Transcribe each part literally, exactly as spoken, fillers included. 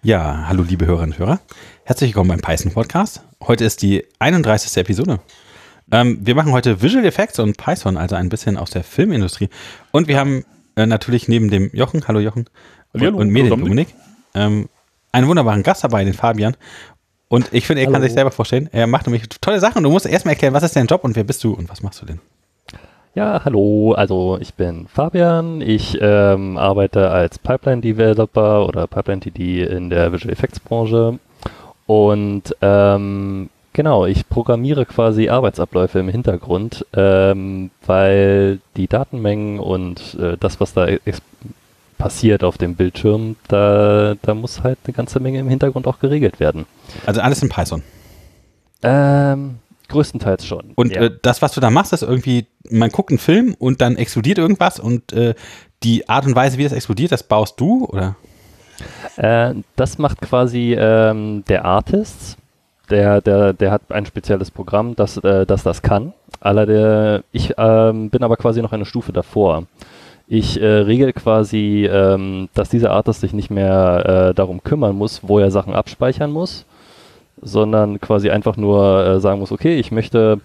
Ja, hallo liebe Hörerinnen und Hörer. Herzlich willkommen beim Python Podcast. Heute ist die einunddreißigste Episode. Ähm, wir machen heute Visual Effects und Python, also ein bisschen aus der Filmindustrie. Und wir haben äh, natürlich neben dem Jochen, hallo Jochen, hallo, und, und mir, den Dominik, ähm, einen wunderbaren Gast dabei, den Fabian. Und ich finde, er hallo. kann sich selber vorstellen. Er macht nämlich tolle Sachen und du musst erstmal erklären, was ist dein Job und wer bist du und was machst du denn? Ja, hallo, also ich bin Fabian, ich ähm, arbeite als Pipeline-Developer oder Pipeline-T D in der Visual Effects-Branche und ähm, genau, ich programmiere quasi Arbeitsabläufe im Hintergrund, ähm, weil die Datenmengen und äh, das, was da passiert auf dem Bildschirm, da, da muss halt eine ganze Menge im Hintergrund auch geregelt werden. Also alles in Python? Ähm... Größtenteils schon. Und ja. äh, das, was du da machst, ist irgendwie, man guckt einen Film und dann explodiert irgendwas und äh, die Art und Weise, wie das explodiert, das baust du, oder? Äh, das macht quasi ähm, der Artist. Der, der, der hat ein spezielles Programm, das, äh, das das kann. Allerdings, ich ähm, bin aber quasi noch eine Stufe davor. Ich äh, regel quasi, ähm, dass dieser Artist sich nicht mehr äh, darum kümmern muss, wo er Sachen abspeichern muss, sondern quasi einfach nur äh, sagen muss, okay, ich möchte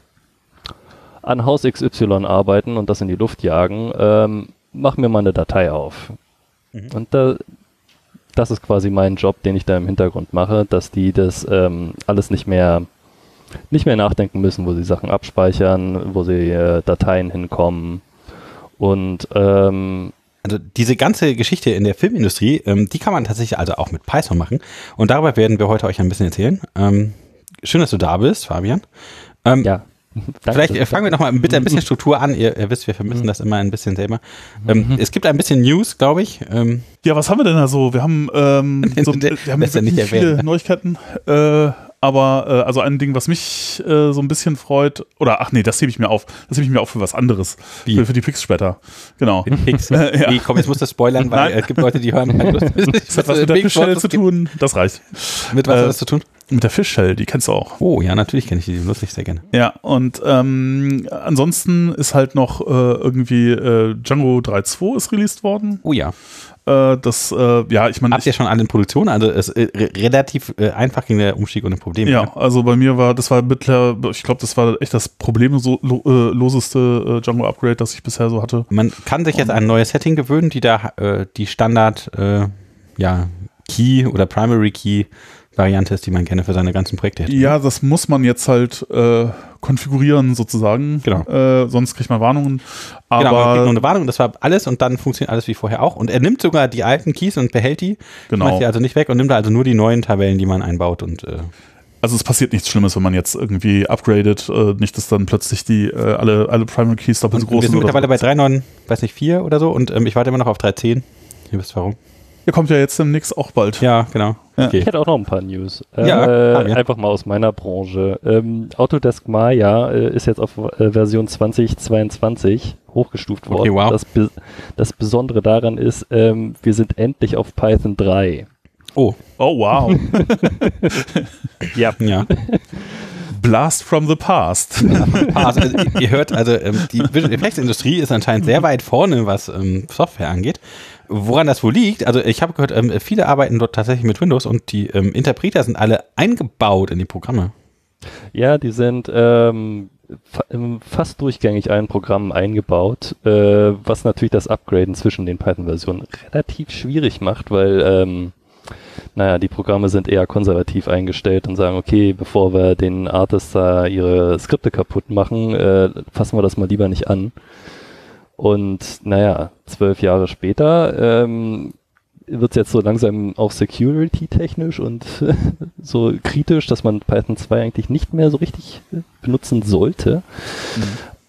an Haus X Y arbeiten und das in die Luft jagen, ähm, mach mir mal eine Datei auf. Mhm. Und da, das ist quasi mein Job, den ich da im Hintergrund mache, dass die das ähm, alles nicht mehr nicht mehr nachdenken müssen, wo sie Sachen abspeichern, wo sie äh, Dateien hinkommen und ähm, Also diese ganze Geschichte in der Filmindustrie, ähm, die kann man tatsächlich also auch mit Python machen. Und darüber werden wir heute euch ein bisschen erzählen. Ähm, schön, dass du da bist, Fabian. Ähm, ja. Vielleicht äh, fangen wir nochmal mit ein bisschen Struktur an. Ihr, ihr wisst, wir vermissen mhm. das immer ein bisschen selber. Ähm, mhm. Es gibt ein bisschen News, glaube ich. Ähm, ja, was haben wir denn da so? Wir haben, ähm, so, wir haben wirklich nicht viele erwähnen. Neuigkeiten. Äh, aber äh, also ein Ding, was mich äh, so ein bisschen freut, oder ach nee, das hebe ich mir auf. Das hebe ich mir auf für was anderes. Wie? Für, für die Pix später. Genau. Für die Pix? ja. Nee, komm, jetzt musst du spoilern, weil äh, es gibt Leute, die hören. Das hat was mit der Fischshell zu tun. Das reicht. Mit was äh, hat das zu tun? Mit der Fischshell, die kennst du auch. Oh, ja, natürlich kenne ich die, die nutze ich sehr gerne. Ja, und ähm, ansonsten ist halt noch äh, irgendwie äh, Django drei Punkt zwei ist released worden. Oh ja. Äh, das, äh, ja, ich meine. Habt ihr schon alle in Produktion? Also es ist äh, relativ äh, einfach ging der Umstieg ohne Probleme. Ja, also bei mir war, das war mittlerweile, ich glaube, das war echt das problemloseste äh, Django-Upgrade, das ich bisher so hatte. Man kann sich jetzt an ein neues Setting gewöhnen, die da äh, die Standard äh, ja, Key oder Primary Key Variante ist, die man gerne für seine ganzen Projekte hätte. Ja, das muss man jetzt halt äh, konfigurieren sozusagen. Genau. Äh, sonst kriegt man Warnungen. Aber genau, man kriegt nur eine Warnung und das war alles und dann funktioniert alles wie vorher auch. Und er nimmt sogar die alten Keys und behält die. Genau. Macht die also nicht weg und nimmt also nur die neuen Tabellen, die man einbaut. Und äh also es passiert nichts Schlimmes, wenn man jetzt irgendwie upgradet. Äh, nicht, dass dann plötzlich die äh, alle, alle Primary Keys doppelt so groß sind. Wir sind mittlerweile so. Bei drei Punkt neun, weiß nicht, vier oder so und ähm, ich warte immer noch auf drei Punkt zehn. Ihr wisst warum. Ihr kommt ja jetzt demnächst auch bald. Ja, genau. Ja. Okay. Ich hätte auch noch ein paar News. Ja, äh, einfach mal aus meiner Branche. Ähm, Autodesk Maya äh, ist jetzt auf äh, Version zwanzig zweiundzwanzig hochgestuft worden. Okay, wow. Das, Be- das Besondere daran ist, ähm, wir sind endlich auf Python drei. Oh. Oh, wow. ja. ja. Blast from the past. also, ihr hört, also ähm, die Visual Effects Industrie ist anscheinend sehr weit vorne, was ähm, Software angeht. Woran das wohl liegt, also ich habe gehört, ähm, viele arbeiten dort tatsächlich mit Windows und die ähm, Interpreter sind alle eingebaut in die Programme. Ja, die sind ähm, fa- fast durchgängig allen Programmen eingebaut, äh, was natürlich das Upgraden zwischen den Python-Versionen relativ schwierig macht, weil ähm, naja, die Programme sind eher konservativ eingestellt und sagen, okay, bevor wir den Artists da ihre Skripte kaputt machen, äh, fassen wir das mal lieber nicht an. Und naja, zwölf Jahre später ähm, wird es jetzt so langsam auch security-technisch und so kritisch, dass man Python zwei eigentlich nicht mehr so richtig benutzen sollte. Mhm.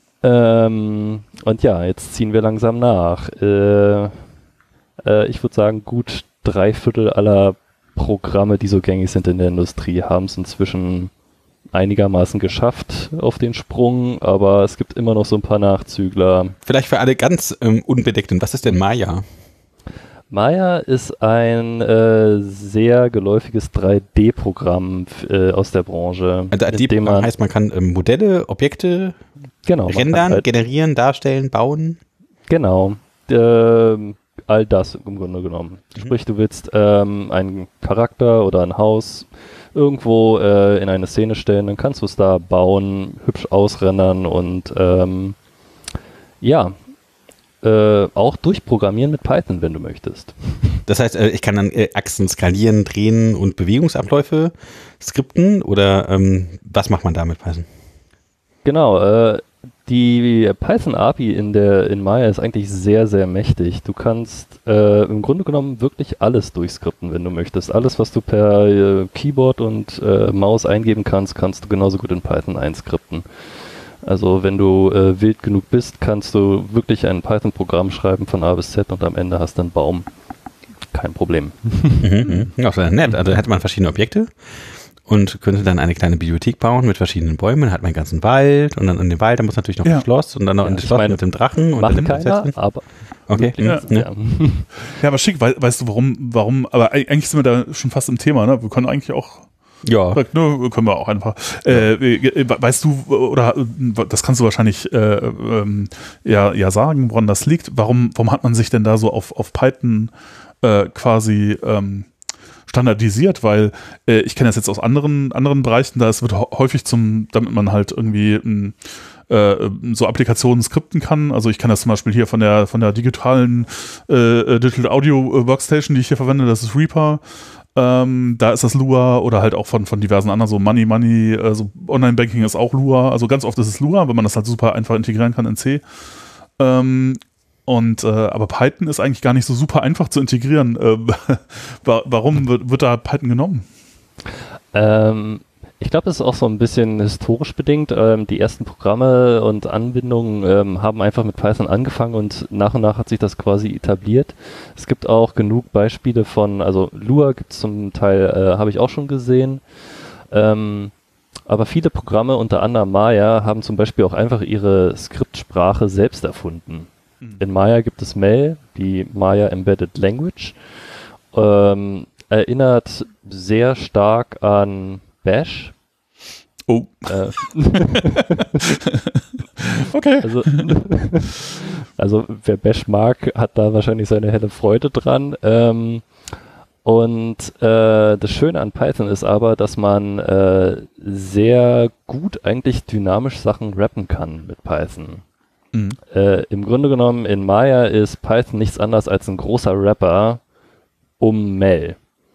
Ähm, und ja, jetzt ziehen wir langsam nach. Äh, äh, ich würde sagen, gut drei Viertel aller Programme, die so gängig sind in der Industrie, haben es inzwischen einigermaßen geschafft auf den Sprung, aber es gibt immer noch so ein paar Nachzügler. Vielleicht für alle ganz ähm, Unbedeckten, was ist denn Maya? Maya ist ein äh, sehr geläufiges drei D-Programm äh, aus der Branche. Also drei D-Programm heißt, man kann ähm, Modelle, Objekte genau, rendern, halt generieren, darstellen, bauen? Genau. Äh, all das im Grunde genommen. Mhm. Sprich, du willst ähm, einen Charakter oder ein Haus irgendwo äh, in eine Szene stellen, dann kannst du es da bauen, hübsch ausrendern und ähm, ja, äh, auch durchprogrammieren mit Python, wenn du möchtest. Das heißt, ich kann dann Achsen skalieren, drehen und Bewegungsabläufe skripten oder ähm, was macht man da mit Python? Genau, äh, die Python-A P I in der in Maya ist eigentlich sehr, sehr mächtig. Du kannst äh, im Grunde genommen wirklich alles durchskripten, wenn du möchtest. Alles, was du per äh, Keyboard und äh, Maus eingeben kannst, kannst du genauso gut in Python einskripten. Also wenn du äh, wild genug bist, kannst du wirklich ein Python-Programm schreiben von A bis Z und am Ende hast du einen Baum. Kein Problem. Mhm, ja, das nett. Also hätte man verschiedene Objekte und könnte dann eine kleine Bibliothek bauen mit verschiedenen Bäumen. Dann hat man einen ganzen Wald und dann in dem Wald, da muss natürlich noch ja. ein Schloss und dann noch ja, ein Schloss meine, mit dem Drachen. Und macht dann keiner, aber okay. Ja. Ja. ja, aber schick, we weißt du warum, warum, aber eigentlich sind wir da schon fast im Thema, ne? Wir können eigentlich auch Ja. Ne, können wir auch einfach. Äh, weißt du, oder das kannst du wahrscheinlich äh, ähm, ja, ja sagen, woran das liegt. Warum, warum hat man sich denn da so auf, auf Python äh, quasi ähm, standardisiert? Weil äh, ich kenne das jetzt aus anderen, anderen Bereichen, da es wird häufig zum, damit man halt irgendwie m, äh, so Applikationen skripten kann. Also ich kann das zum Beispiel hier von der, von der digitalen äh, Digital Audio Workstation, die ich hier verwende, das ist Reaper. Ähm, da ist das Lua oder halt auch von, von diversen anderen, so Money, Money, äh, so Online-Banking ist auch Lua. Also ganz oft ist es Lua, weil man das halt super einfach integrieren kann in C. Ähm, und, äh, aber Python ist eigentlich gar nicht so super einfach zu integrieren. Äh, warum wird, wird da Python genommen? Ähm, ich glaube, das ist auch so ein bisschen historisch bedingt. Ähm, die ersten Programme und Anbindungen ähm, haben einfach mit Python angefangen und nach und nach hat sich das quasi etabliert. Es gibt auch genug Beispiele von, also Lua gibt es zum Teil, äh, habe ich auch schon gesehen. Ähm, aber viele Programme, unter anderem Maya, haben zum Beispiel auch einfach ihre Skriptsprache selbst erfunden. Mhm. In Maya gibt es Mel, die Maya Embedded Language. Ähm, erinnert sehr stark an Bash. Oh. Äh, okay. Also, also wer Bash mag, hat da wahrscheinlich seine helle Freude dran. Ähm, und äh, das Schöne an Python ist aber, dass man äh, sehr gut eigentlich dynamisch Sachen rappen kann mit Python. Mhm. Äh, im Grunde genommen in Maya ist Python nichts anderes als ein großer Rapper um Mel.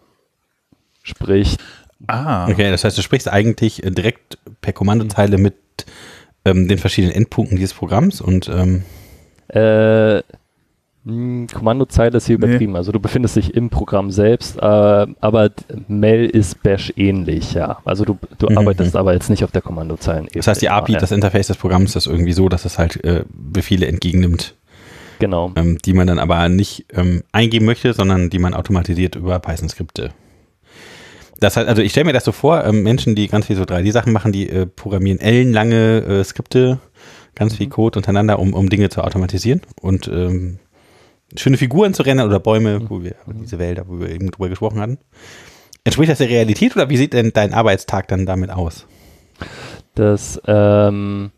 Sprich, Ah. Okay, das heißt, du sprichst eigentlich direkt per Kommandozeile mit ähm, den verschiedenen Endpunkten dieses Programms und ähm äh, mh, Kommandozeile ist hier übertrieben. Nee. Also du befindest dich im Programm selbst, äh, aber Mel ist Bash ähnlich, ja. Also du, du mhm. arbeitest aber jetzt nicht auf der Kommandozeilen. Das heißt, die A P I, ja. das Interface des Programms ist irgendwie so, dass es halt äh, Befehle entgegennimmt. Genau. Ähm, die man dann aber nicht ähm, eingeben möchte, sondern die man automatisiert über Python-Skripte. Das heißt, also ich stelle mir das so vor, ähm, Menschen, die ganz viel so drei D Sachen machen, die äh, programmieren ellenlange äh, Skripte, ganz mhm. viel Code untereinander, um, um Dinge zu automatisieren und ähm, schöne Figuren zu rendern oder Bäume, mhm. wo wir mhm. diese Wälder, wo wir eben drüber gesprochen hatten. Entspricht das der Realität oder wie sieht denn dein Arbeitstag dann damit aus? Das, ähm,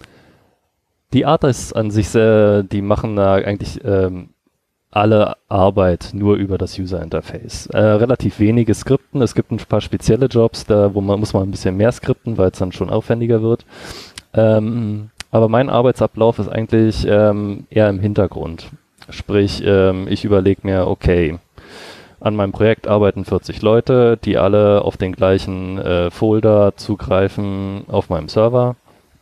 die Artists an sich, sehr, die machen da eigentlich ähm, alle Arbeit nur über das User-Interface. Äh, relativ wenige Skripten. Es gibt ein paar spezielle Jobs, da wo man muss man ein bisschen mehr skripten, weil es dann schon aufwendiger wird. Ähm, aber mein Arbeitsablauf ist eigentlich ähm, eher im Hintergrund. Sprich, ähm, ich überlege mir, okay, an meinem Projekt arbeiten vierzig Leute, die alle auf den gleichen äh, Folder zugreifen auf meinem Server.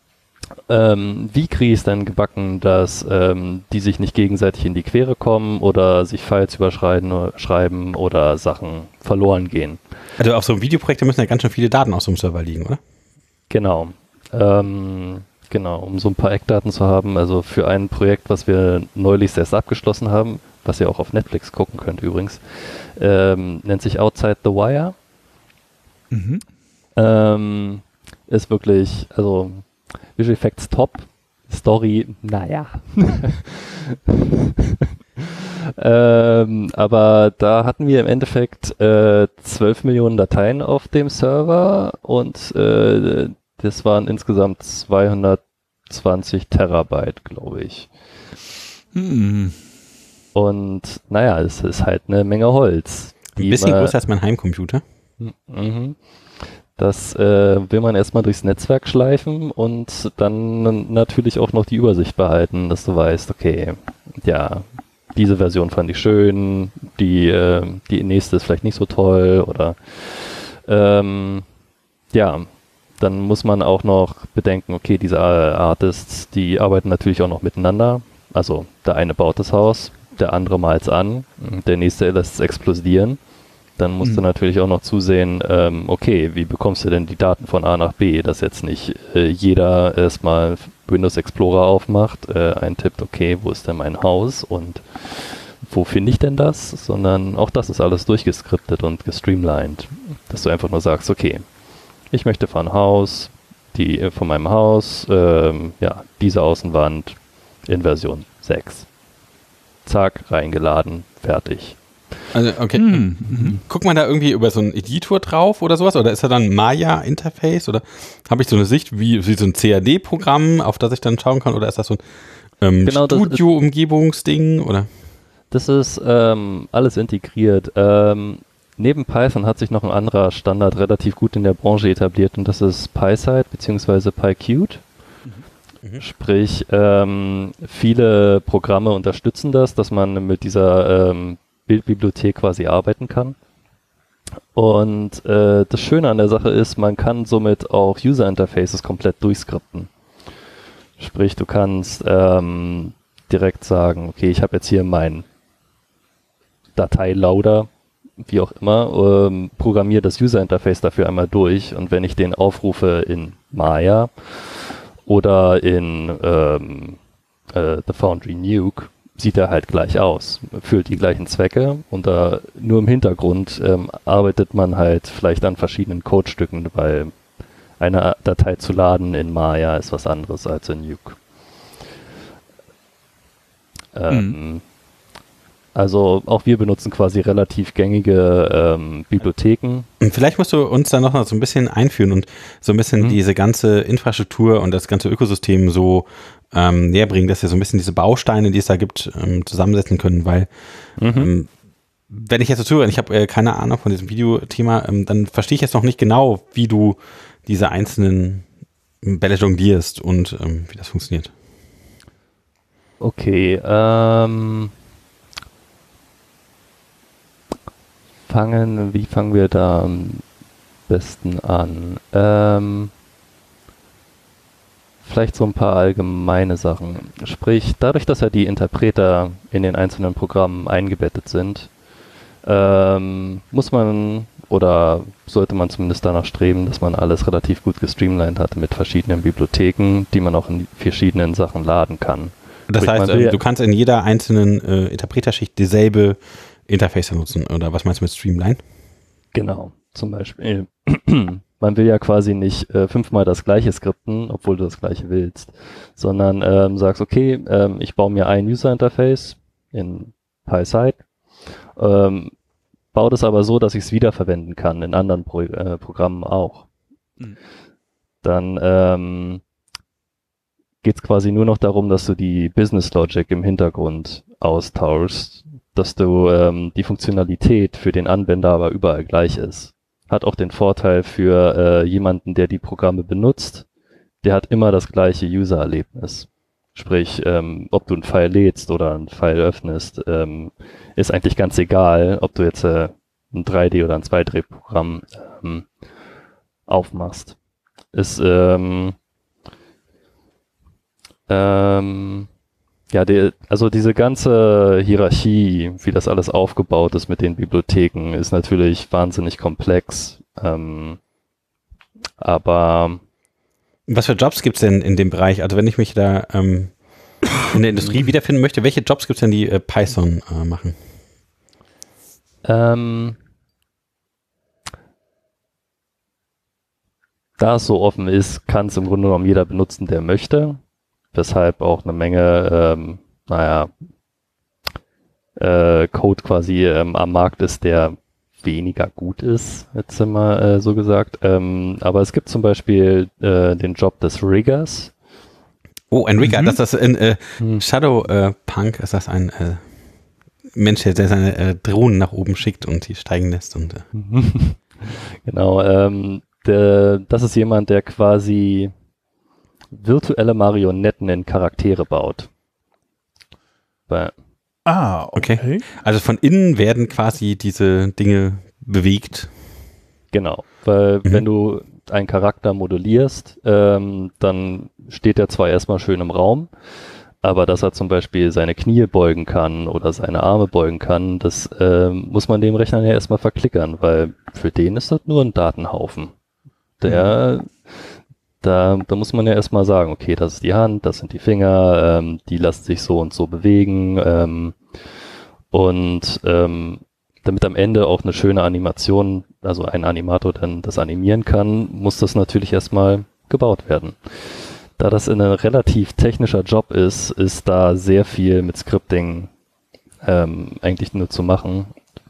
Ähm, wie kriege ich es denn gebacken, dass ähm, die sich nicht gegenseitig in die Quere kommen oder sich Files überschreiben oder, schreiben oder Sachen verloren gehen? Also auf so einem Videoprojekt müssen ja ganz schön viele Daten auf so einem Server liegen, oder? Genau. Ähm, genau, um so ein paar Eckdaten zu haben. Also für ein Projekt, was wir neulich erst abgeschlossen haben, was ihr auch auf Netflix gucken könnt übrigens, ähm, nennt sich Outside the Wire. Mhm. Ähm, ist wirklich, also Visual Effects top, Story, naja. ähm, aber da hatten wir im Endeffekt äh, zwölf Millionen Dateien auf dem Server und äh, das waren insgesamt zweihundertzwanzig Terabyte, glaube ich. Hm. Und naja, es ist halt eine Menge Holz. Ein bisschen größer als mein Heimcomputer. Mhm. Das äh, will man erstmal durchs Netzwerk schleifen und dann natürlich auch noch die Übersicht behalten, dass du weißt, okay, ja, diese Version fand ich schön, die, äh, die nächste ist vielleicht nicht so toll oder ähm, ja, dann muss man auch noch bedenken, okay, diese Artists, die arbeiten natürlich auch noch miteinander. Also der eine baut das Haus, der andere malt es an, der nächste lässt es explodieren. Dann musst mhm. du natürlich auch noch zusehen, ähm, okay, wie bekommst du denn die Daten von A nach B, dass jetzt nicht äh, jeder erstmal Windows Explorer aufmacht, äh, eintippt, okay, wo ist denn mein Haus und wo finde ich denn das, sondern auch das ist alles durchgeskriptet und gestreamlined, dass du einfach nur sagst, okay, ich möchte von Haus, die äh, von meinem Haus, ähm, ja, diese Außenwand in Version sechs. Zack, reingeladen, fertig. Also, okay. Hm. Mhm. Guckt man da irgendwie über so einen Editor drauf oder sowas? Oder ist da dann ein Maya-Interface? Oder habe ich so eine Sicht wie, wie so ein C A D-Programm, auf das ich dann schauen kann? Oder ist das so ein ähm, genau, Studio-Umgebungsding? Oder? Das ist ähm, alles integriert. Ähm, neben Python hat sich noch ein anderer Standard relativ gut in der Branche etabliert und das ist PySide bzw. PyQt. Mhm. Sprich, ähm, viele Programme unterstützen das, dass man mit dieser ähm, Bildbibliothek quasi arbeiten kann. Und äh, das Schöne an der Sache ist, man kann somit auch User-Interfaces komplett durchskripten. Sprich, du kannst ähm, direkt sagen, okay, ich habe jetzt hier mein Dateiloader, wie auch immer, ähm, programmiere das User-Interface dafür einmal durch und wenn ich den aufrufe in Maya oder in ähm, äh, The Foundry Nuke, sieht er halt gleich aus, erfüllt die gleichen Zwecke und da nur im Hintergrund ähm, arbeitet man halt vielleicht an verschiedenen Codestücken, weil eine Datei zu laden in Maya ist was anderes als in Nuke. Ähm, mhm. Also auch wir benutzen quasi relativ gängige ähm, Bibliotheken. Vielleicht musst du uns da noch mal so ein bisschen einführen und so ein bisschen mhm. diese ganze Infrastruktur und das ganze Ökosystem so ähm, näher bringen, dass wir so ein bisschen diese Bausteine, die es da gibt, ähm, zusammensetzen können, weil mhm. ähm, wenn ich jetzt so zuhöre, ich habe äh, keine Ahnung von diesem Videothema, ähm, dann verstehe ich jetzt noch nicht genau, wie du diese einzelnen Bälle jonglierst und ähm, wie das funktioniert. Okay, ähm fangen, wie fangen wir da am besten an? Ähm, vielleicht so ein paar allgemeine Sachen. Sprich, dadurch, dass ja die Interpreter in den einzelnen Programmen eingebettet sind, ähm, muss man oder sollte man zumindest danach streben, dass man alles relativ gut gestreamlined hat mit verschiedenen Bibliotheken, die man auch in verschiedenen Sachen laden kann. Das Sprich, heißt, ähm, du kannst in jeder einzelnen äh, Interpreterschicht dieselbe Interface nutzen, oder was meinst du mit Streamline? Genau, zum Beispiel. Man will ja quasi nicht äh, fünfmal das gleiche skripten, obwohl du das gleiche willst, sondern ähm, sagst, okay, ähm, ich baue mir ein User-Interface in PySide, ähm, baue das aber so, dass ich es wiederverwenden kann, in anderen Pro äh, Programmen auch. Mhm. Dann ähm, geht es quasi nur noch darum, dass du die Business Logic im Hintergrund austauschst, dass du ähm, die Funktionalität für den Anwender aber überall gleich ist. Hat auch den Vorteil für äh, jemanden, der die Programme benutzt, der hat immer das gleiche User-Erlebnis. Sprich, ähm, ob du einen File lädst oder einen File öffnest, ähm, ist eigentlich ganz egal, ob du jetzt äh, ein drei D oder ein zwei D Programm ähm, aufmachst. Ist ähm, ähm, Ja, die, also diese ganze Hierarchie, wie das alles aufgebaut ist mit den Bibliotheken, ist natürlich wahnsinnig komplex. Ähm, aber was für Jobs gibt es denn in dem Bereich? Also wenn ich mich da ähm, in der Industrie wiederfinden möchte, welche Jobs gibt es denn, die äh, Python äh, machen? Ähm, da es so offen ist, kann es im Grunde genommen jeder benutzen, der möchte. Weshalb auch eine Menge, ähm, naja, äh, Code quasi ähm, am Markt ist, der weniger gut ist, jetzt immer äh, so gesagt. Ähm, aber es gibt zum Beispiel äh, den Job des Riggers. Oh, ein Rigger, mhm. das ist in äh, hm. Shadow äh, Punk, ist das ein äh, Mensch, der seine äh, Drohnen nach oben schickt und die steigen lässt. Und, äh. Genau, ähm, der, das ist jemand, der quasi virtuelle Marionetten in Charaktere baut. Bei, ah, okay. okay. Also von innen werden quasi diese Dinge bewegt. Genau, weil mhm. wenn du einen Charakter modellierst, ähm, dann steht er zwar erstmal schön im Raum, aber dass er zum Beispiel seine Knie beugen kann oder seine Arme beugen kann, das ähm, muss man dem Rechner ja erstmal verklickern, weil für den ist das nur ein Datenhaufen. Der, mhm. da, da muss man ja erstmal sagen, okay, das ist die Hand, das sind die Finger, ähm, die lassen sich so und so bewegen ähm, und ähm, damit am Ende auch eine schöne Animation, also ein Animator dann das animieren kann, muss das natürlich erstmal gebaut werden. Da das ein relativ technischer Job ist, ist da sehr viel mit Scripting ähm, eigentlich nur zu machen,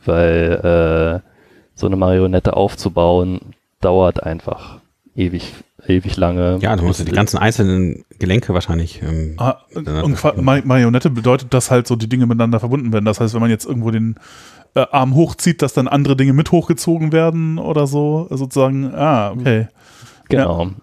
weil äh, so eine Marionette aufzubauen dauert einfach ewig, ewig lange. Ja, du musst die ganzen einzelnen Gelenke wahrscheinlich. Ähm, ah, und Mar- Marionette bedeutet, dass halt so die Dinge miteinander verbunden werden. Das heißt, wenn man jetzt irgendwo den äh, Arm hochzieht, dass dann andere Dinge mit hochgezogen werden oder so, sozusagen. Ah, okay. Genau. Ja.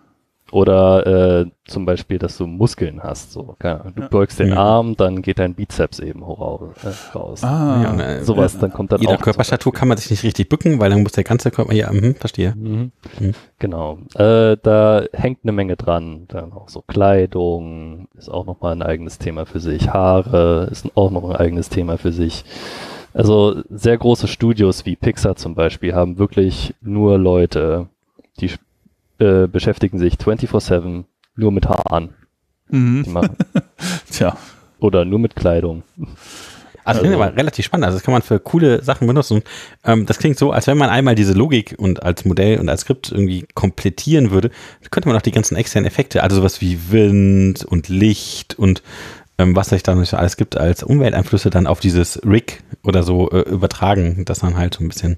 Oder äh, zum Beispiel, dass du Muskeln hast. So. Du ja. beugst den ja. Arm, dann geht dein Bizeps eben raus. Äh, raus. Ah, ja, ne, sowas, ja. dann kommt dann jeder auch Körperstatur kann man sich nicht richtig bücken, weil dann muss der ganze Körper, ja, mh, verstehe. Mhm. Mhm. Genau. Äh, da hängt eine Menge dran. Dann auch so Kleidung ist auch nochmal ein eigenes Thema für sich. Haare ist auch noch ein eigenes Thema für sich. Also sehr große Studios wie Pixar zum Beispiel haben wirklich nur Leute, die Äh, beschäftigen sich vierundzwanzig sieben nur mit Haaren. Mhm. Die machen. Tja. Oder nur mit Kleidung. Also, also. Ich finde aber relativ spannend. Also das kann man für coole Sachen benutzen. Ähm, das klingt so, als wenn man einmal diese Logik und als Modell und als Skript irgendwie komplettieren würde, könnte man auch die ganzen externen Effekte, also sowas wie Wind und Licht und ähm, was es da noch alles gibt als Umwelteinflüsse dann auf dieses Rig oder so äh, übertragen, dass man halt so ein bisschen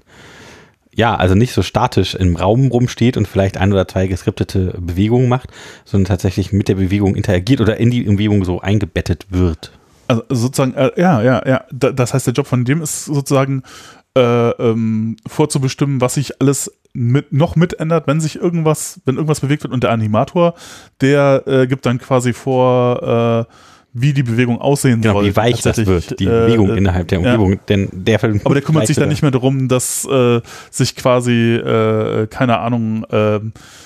ja, also nicht so statisch im Raum rumsteht und vielleicht ein oder zwei geskriptete Bewegungen macht, sondern tatsächlich mit der Bewegung interagiert oder in die Bewegung so eingebettet wird. Also sozusagen, äh, ja, ja, ja. Das heißt, der Job von dem ist sozusagen äh, ähm, vorzubestimmen, was sich alles mit, noch mitändert, wenn sich irgendwas, wenn irgendwas bewegt wird, und der Animator, der äh, gibt dann quasi vor, äh, wie die Bewegung aussehen genau, soll. Wie weich das wird, die äh, Bewegung äh, innerhalb der Umgebung. Ja. Denn der Aber der kümmert sich dann nicht mehr darum, dass äh, sich quasi, äh, keine Ahnung, äh,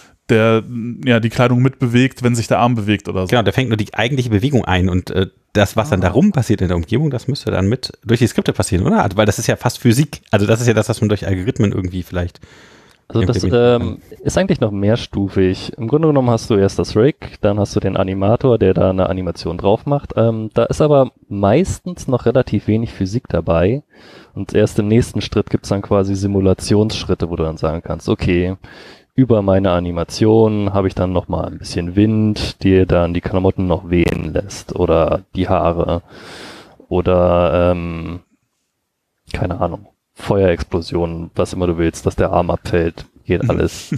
der ja die Kleidung mitbewegt, wenn sich der Arm bewegt oder so. Genau, der fängt nur die eigentliche Bewegung ein und äh, das, was ah. dann darum passiert in der Umgebung, das müsste dann mit durch die Skripte passieren, oder? Also, weil das ist ja fast Physik. Also das ist ja das, was man durch Algorithmen irgendwie vielleicht Also das ähm, ist eigentlich noch mehrstufig. Im Grunde genommen hast du erst das Rig, dann hast du den Animator, der da eine Animation drauf macht. Ähm, da ist aber meistens noch relativ wenig Physik dabei. Und erst im nächsten Schritt gibt es dann quasi Simulationsschritte, wo du dann sagen kannst, okay, über meine Animation habe ich dann nochmal ein bisschen Wind, der dann die Klamotten noch wehen lässt oder die Haare oder ähm, keine Ahnung. Feuerexplosion, was immer du willst, dass der Arm abfällt, geht alles.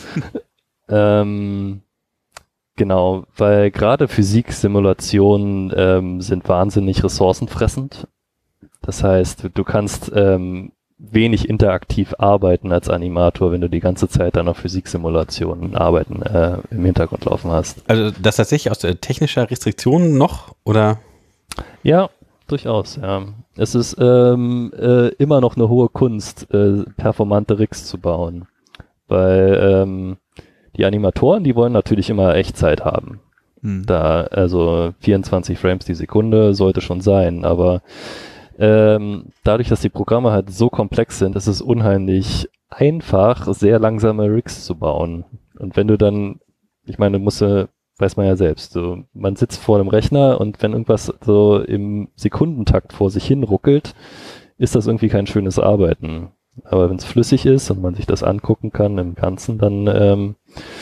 ähm, genau, weil gerade Physik-Simulationen ähm, sind wahnsinnig ressourcenfressend. Das heißt, du kannst ähm, wenig interaktiv arbeiten als Animator, wenn du die ganze Zeit dann auf Physiksimulationen arbeiten äh, im Hintergrund laufen hast. Also das tatsächlich aus äh, technischer Restriktion noch, oder? Ja, durchaus, ja. Es ist ähm, äh, immer noch eine hohe Kunst, äh, performante Rigs zu bauen. Weil ähm, die Animatoren, die wollen natürlich immer Echtzeit haben. Hm. Da, also vierundzwanzig Frames die Sekunde sollte schon sein, aber ähm, dadurch, dass die Programme halt so komplex sind, ist es unheimlich einfach, sehr langsame Rigs zu bauen. Und wenn du dann, ich meine, du musst ja weiß man ja selbst. So, man sitzt vor dem Rechner und wenn irgendwas so im Sekundentakt vor sich hin ruckelt, ist das irgendwie kein schönes Arbeiten. Aber wenn es flüssig ist und man sich das angucken kann im Ganzen, dann ähm,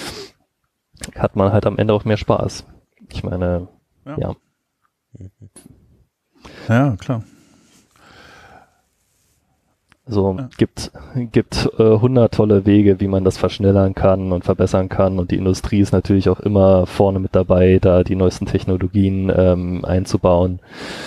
hat man halt am Ende auch mehr Spaß. Ich meine, ja. Ja, ja klar. So, ja. gibt gibt äh, hundert tolle Wege, wie man das verschnellern kann und verbessern kann, und die Industrie ist natürlich auch immer vorne mit dabei, da die neuesten Technologien ähm, einzubauen.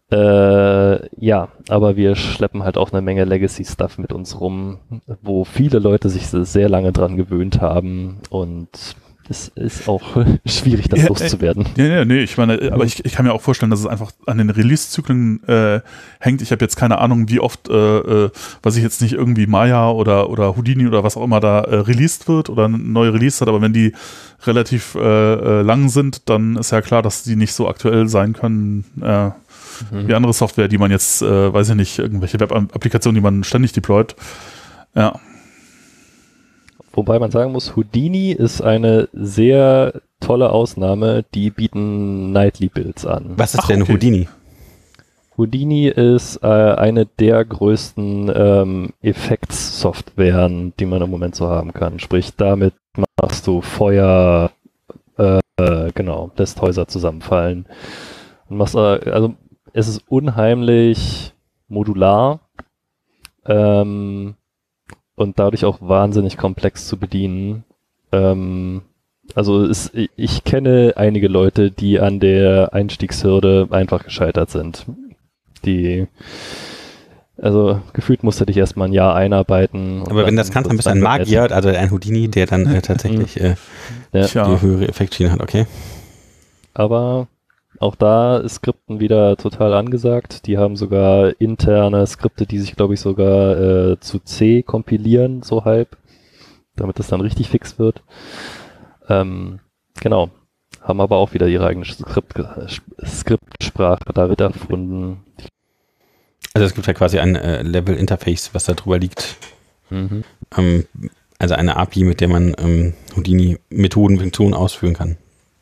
Äh, ja, aber wir schleppen halt auch eine Menge Legacy-Stuff mit uns rum, wo viele Leute sich sehr lange dran gewöhnt haben und es ist auch schwierig, das ja, loszuwerden. Ja, ja, nee, ich meine, aber ich, ich kann mir auch vorstellen, dass es einfach an den Release-Zyklen äh, hängt. Ich habe jetzt keine Ahnung, wie oft, äh, äh, weiß ich jetzt nicht, irgendwie Maya oder, oder Houdini oder was auch immer da äh, released wird oder eine neue Release hat, aber wenn die relativ äh, äh, lang sind, dann ist ja klar, dass die nicht so aktuell sein können, äh, mhm. wie andere Software, die man jetzt, äh, weiß ich nicht, irgendwelche Web-Applikationen, die man ständig deployt. Ja. Wobei man sagen muss, Houdini ist eine sehr tolle Ausnahme, die bieten Nightly Builds an. Was ist Ach, denn okay. Houdini? Houdini ist äh, eine der größten ähm, Effektssoftwaren, die man im Moment so haben kann. Sprich, damit machst du Feuer, äh, äh, genau, lässt Häuser zusammenfallen. Und machst, äh, also es ist unheimlich modular. Ähm, und dadurch auch wahnsinnig komplex zu bedienen. Ähm, also es, ich kenne einige Leute, die an der Einstiegshürde einfach gescheitert sind. Die, also gefühlt musste dich erstmal ein Jahr einarbeiten. Aber wenn das kannst, dann bist du ein Magier, also ein Houdini, der dann äh, tatsächlich äh, ja. die höhere Effektschiene hat, okay. Aber auch da ist Skripten wieder total angesagt. Die haben sogar interne Skripte, die sich, glaube ich, sogar äh, zu C kompilieren, so halb, damit das dann richtig fix wird. Ähm, genau. Haben aber auch wieder ihre eigene Skript, Skriptsprache damit erfunden. Also es gibt ja quasi ein äh, Level-Interface, was da drüber liegt. Mhm. Ähm, also eine A P I, mit der man ähm, Houdini-Methoden, Funktionen ausführen kann.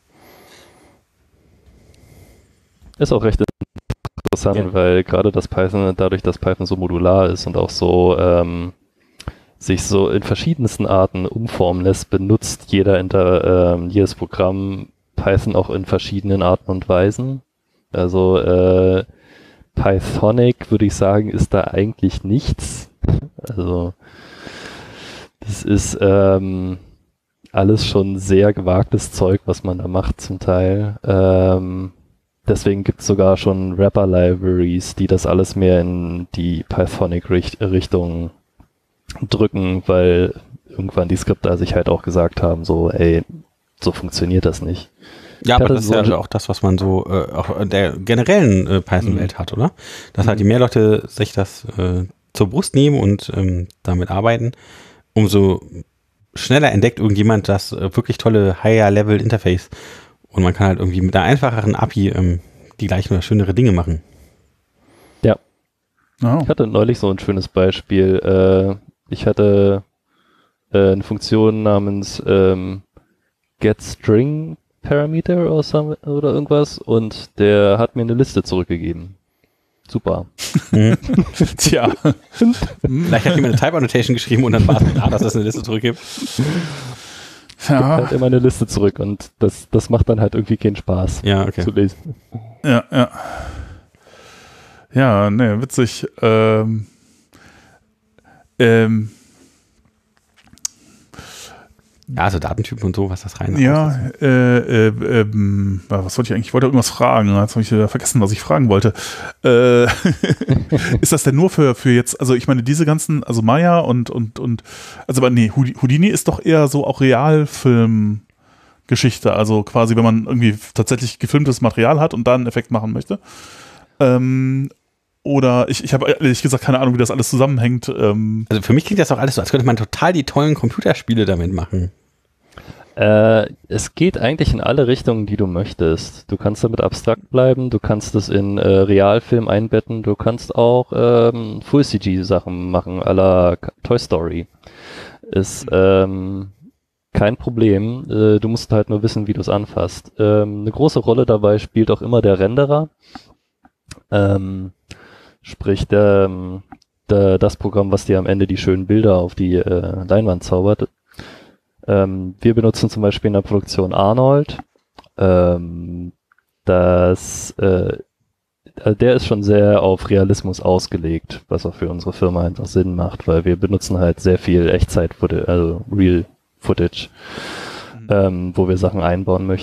Ist auch recht interessant, ja. weil gerade das Python, dadurch, dass Python so modular ist und auch so ähm, sich so in verschiedensten Arten umformen lässt, benutzt jeder Inter, ähm, jedes Programm Python auch in verschiedenen Arten und Weisen. Also äh, Pythonic, würde ich sagen, ist da eigentlich nichts. Also das ist ähm, alles schon sehr gewagtes Zeug, was man da macht zum Teil. Ähm, Deswegen gibt es sogar schon Wrapper-Libraries, die das alles mehr in die Pythonic-Richtung drücken, weil irgendwann die Skripter sich halt auch gesagt haben, so, ey, so funktioniert das nicht. Ja, aber das ist ja auch das, was man so äh, auch in der generellen äh, Python-Welt mhm. hat, oder? Dass halt je mehr Leute sich das äh, zur Brust nehmen und ähm, damit arbeiten, umso schneller entdeckt irgendjemand das äh, wirklich tolle Higher-Level-Interface. Und man kann halt irgendwie mit einer einfacheren A P I ähm, die gleichen oder schönere Dinge machen. Ja. Oh. Ich hatte neulich so ein schönes Beispiel. Äh, ich hatte äh, eine Funktion namens ähm, getStringParameter oder, some, oder irgendwas und der hat mir eine Liste zurückgegeben. Super. Mhm. Tja. Vielleicht hat jemand eine Type-Annotation geschrieben und dann war es klar, dass das eine Liste zurückgibt. Ja. Gibt halt immer eine Liste zurück und das, das macht dann halt irgendwie keinen Spaß ja, okay. zu lesen. Ja, ja. Ja, ne, witzig. Ähm, ähm, ja, also Datentypen und so, was das rein Ja, äh, äh, ähm, was wollte ich eigentlich? Ich wollte irgendwas fragen. Jetzt habe ich wieder vergessen, was ich fragen wollte. Äh, ist das denn nur für, für jetzt, also ich meine, diese ganzen, also Maya und, und, und, also aber nee, Houdini ist doch eher so auch Realfilm-Geschichte, also quasi, wenn man irgendwie tatsächlich gefilmtes Material hat und da einen Effekt machen möchte. Ähm, Oder ich, ich habe ehrlich gesagt keine Ahnung, wie das alles zusammenhängt. Ähm also für mich klingt das auch alles so, als könnte man total die tollen Computerspiele damit machen. Äh, es geht eigentlich in alle Richtungen, die du möchtest. Du kannst damit abstrakt bleiben, du kannst es in äh, Realfilm einbetten, du kannst auch ähm, Full-C G-Sachen machen, à la Toy Story. Ist ähm, kein Problem. Äh, du musst halt nur wissen, wie du es anfasst. Ähm, eine große Rolle dabei spielt auch immer der Renderer. Ähm, Sprich, der, der, das Programm, was dir am Ende die schönen Bilder auf die äh, Leinwand zaubert. Ähm, wir benutzen zum Beispiel in der Produktion Arnold. Ähm, das, äh, der ist schon sehr auf Realismus ausgelegt, was auch für unsere Firma einfach Sinn macht, weil wir benutzen halt sehr viel Echtzeit-Footage, also Real Footage, mhm. ähm, wo wir Sachen einbauen möchten.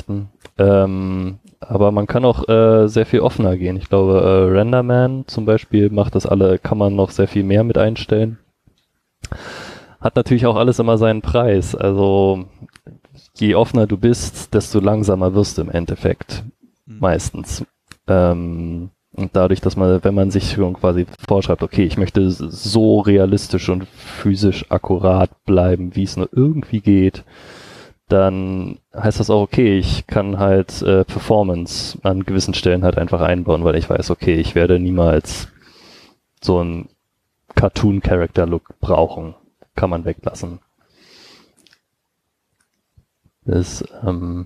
Ähm, aber man kann auch äh, sehr viel offener gehen. Ich glaube, äh, RenderMan zum Beispiel macht das alle, kann man noch sehr viel mehr mit einstellen. Hat natürlich auch alles immer seinen Preis. Also je offener du bist, desto langsamer wirst du im Endeffekt. Mhm. Meistens. Ähm, und dadurch, dass man, wenn man sich schon quasi vorschreibt, okay, ich möchte so realistisch und physisch akkurat bleiben, wie es nur irgendwie geht, dann heißt das auch, okay, ich kann halt äh, Performance an gewissen Stellen halt einfach einbauen, weil ich weiß, okay, ich werde niemals so einen Cartoon-Character-Look brauchen. Kann man weglassen. Das, ähm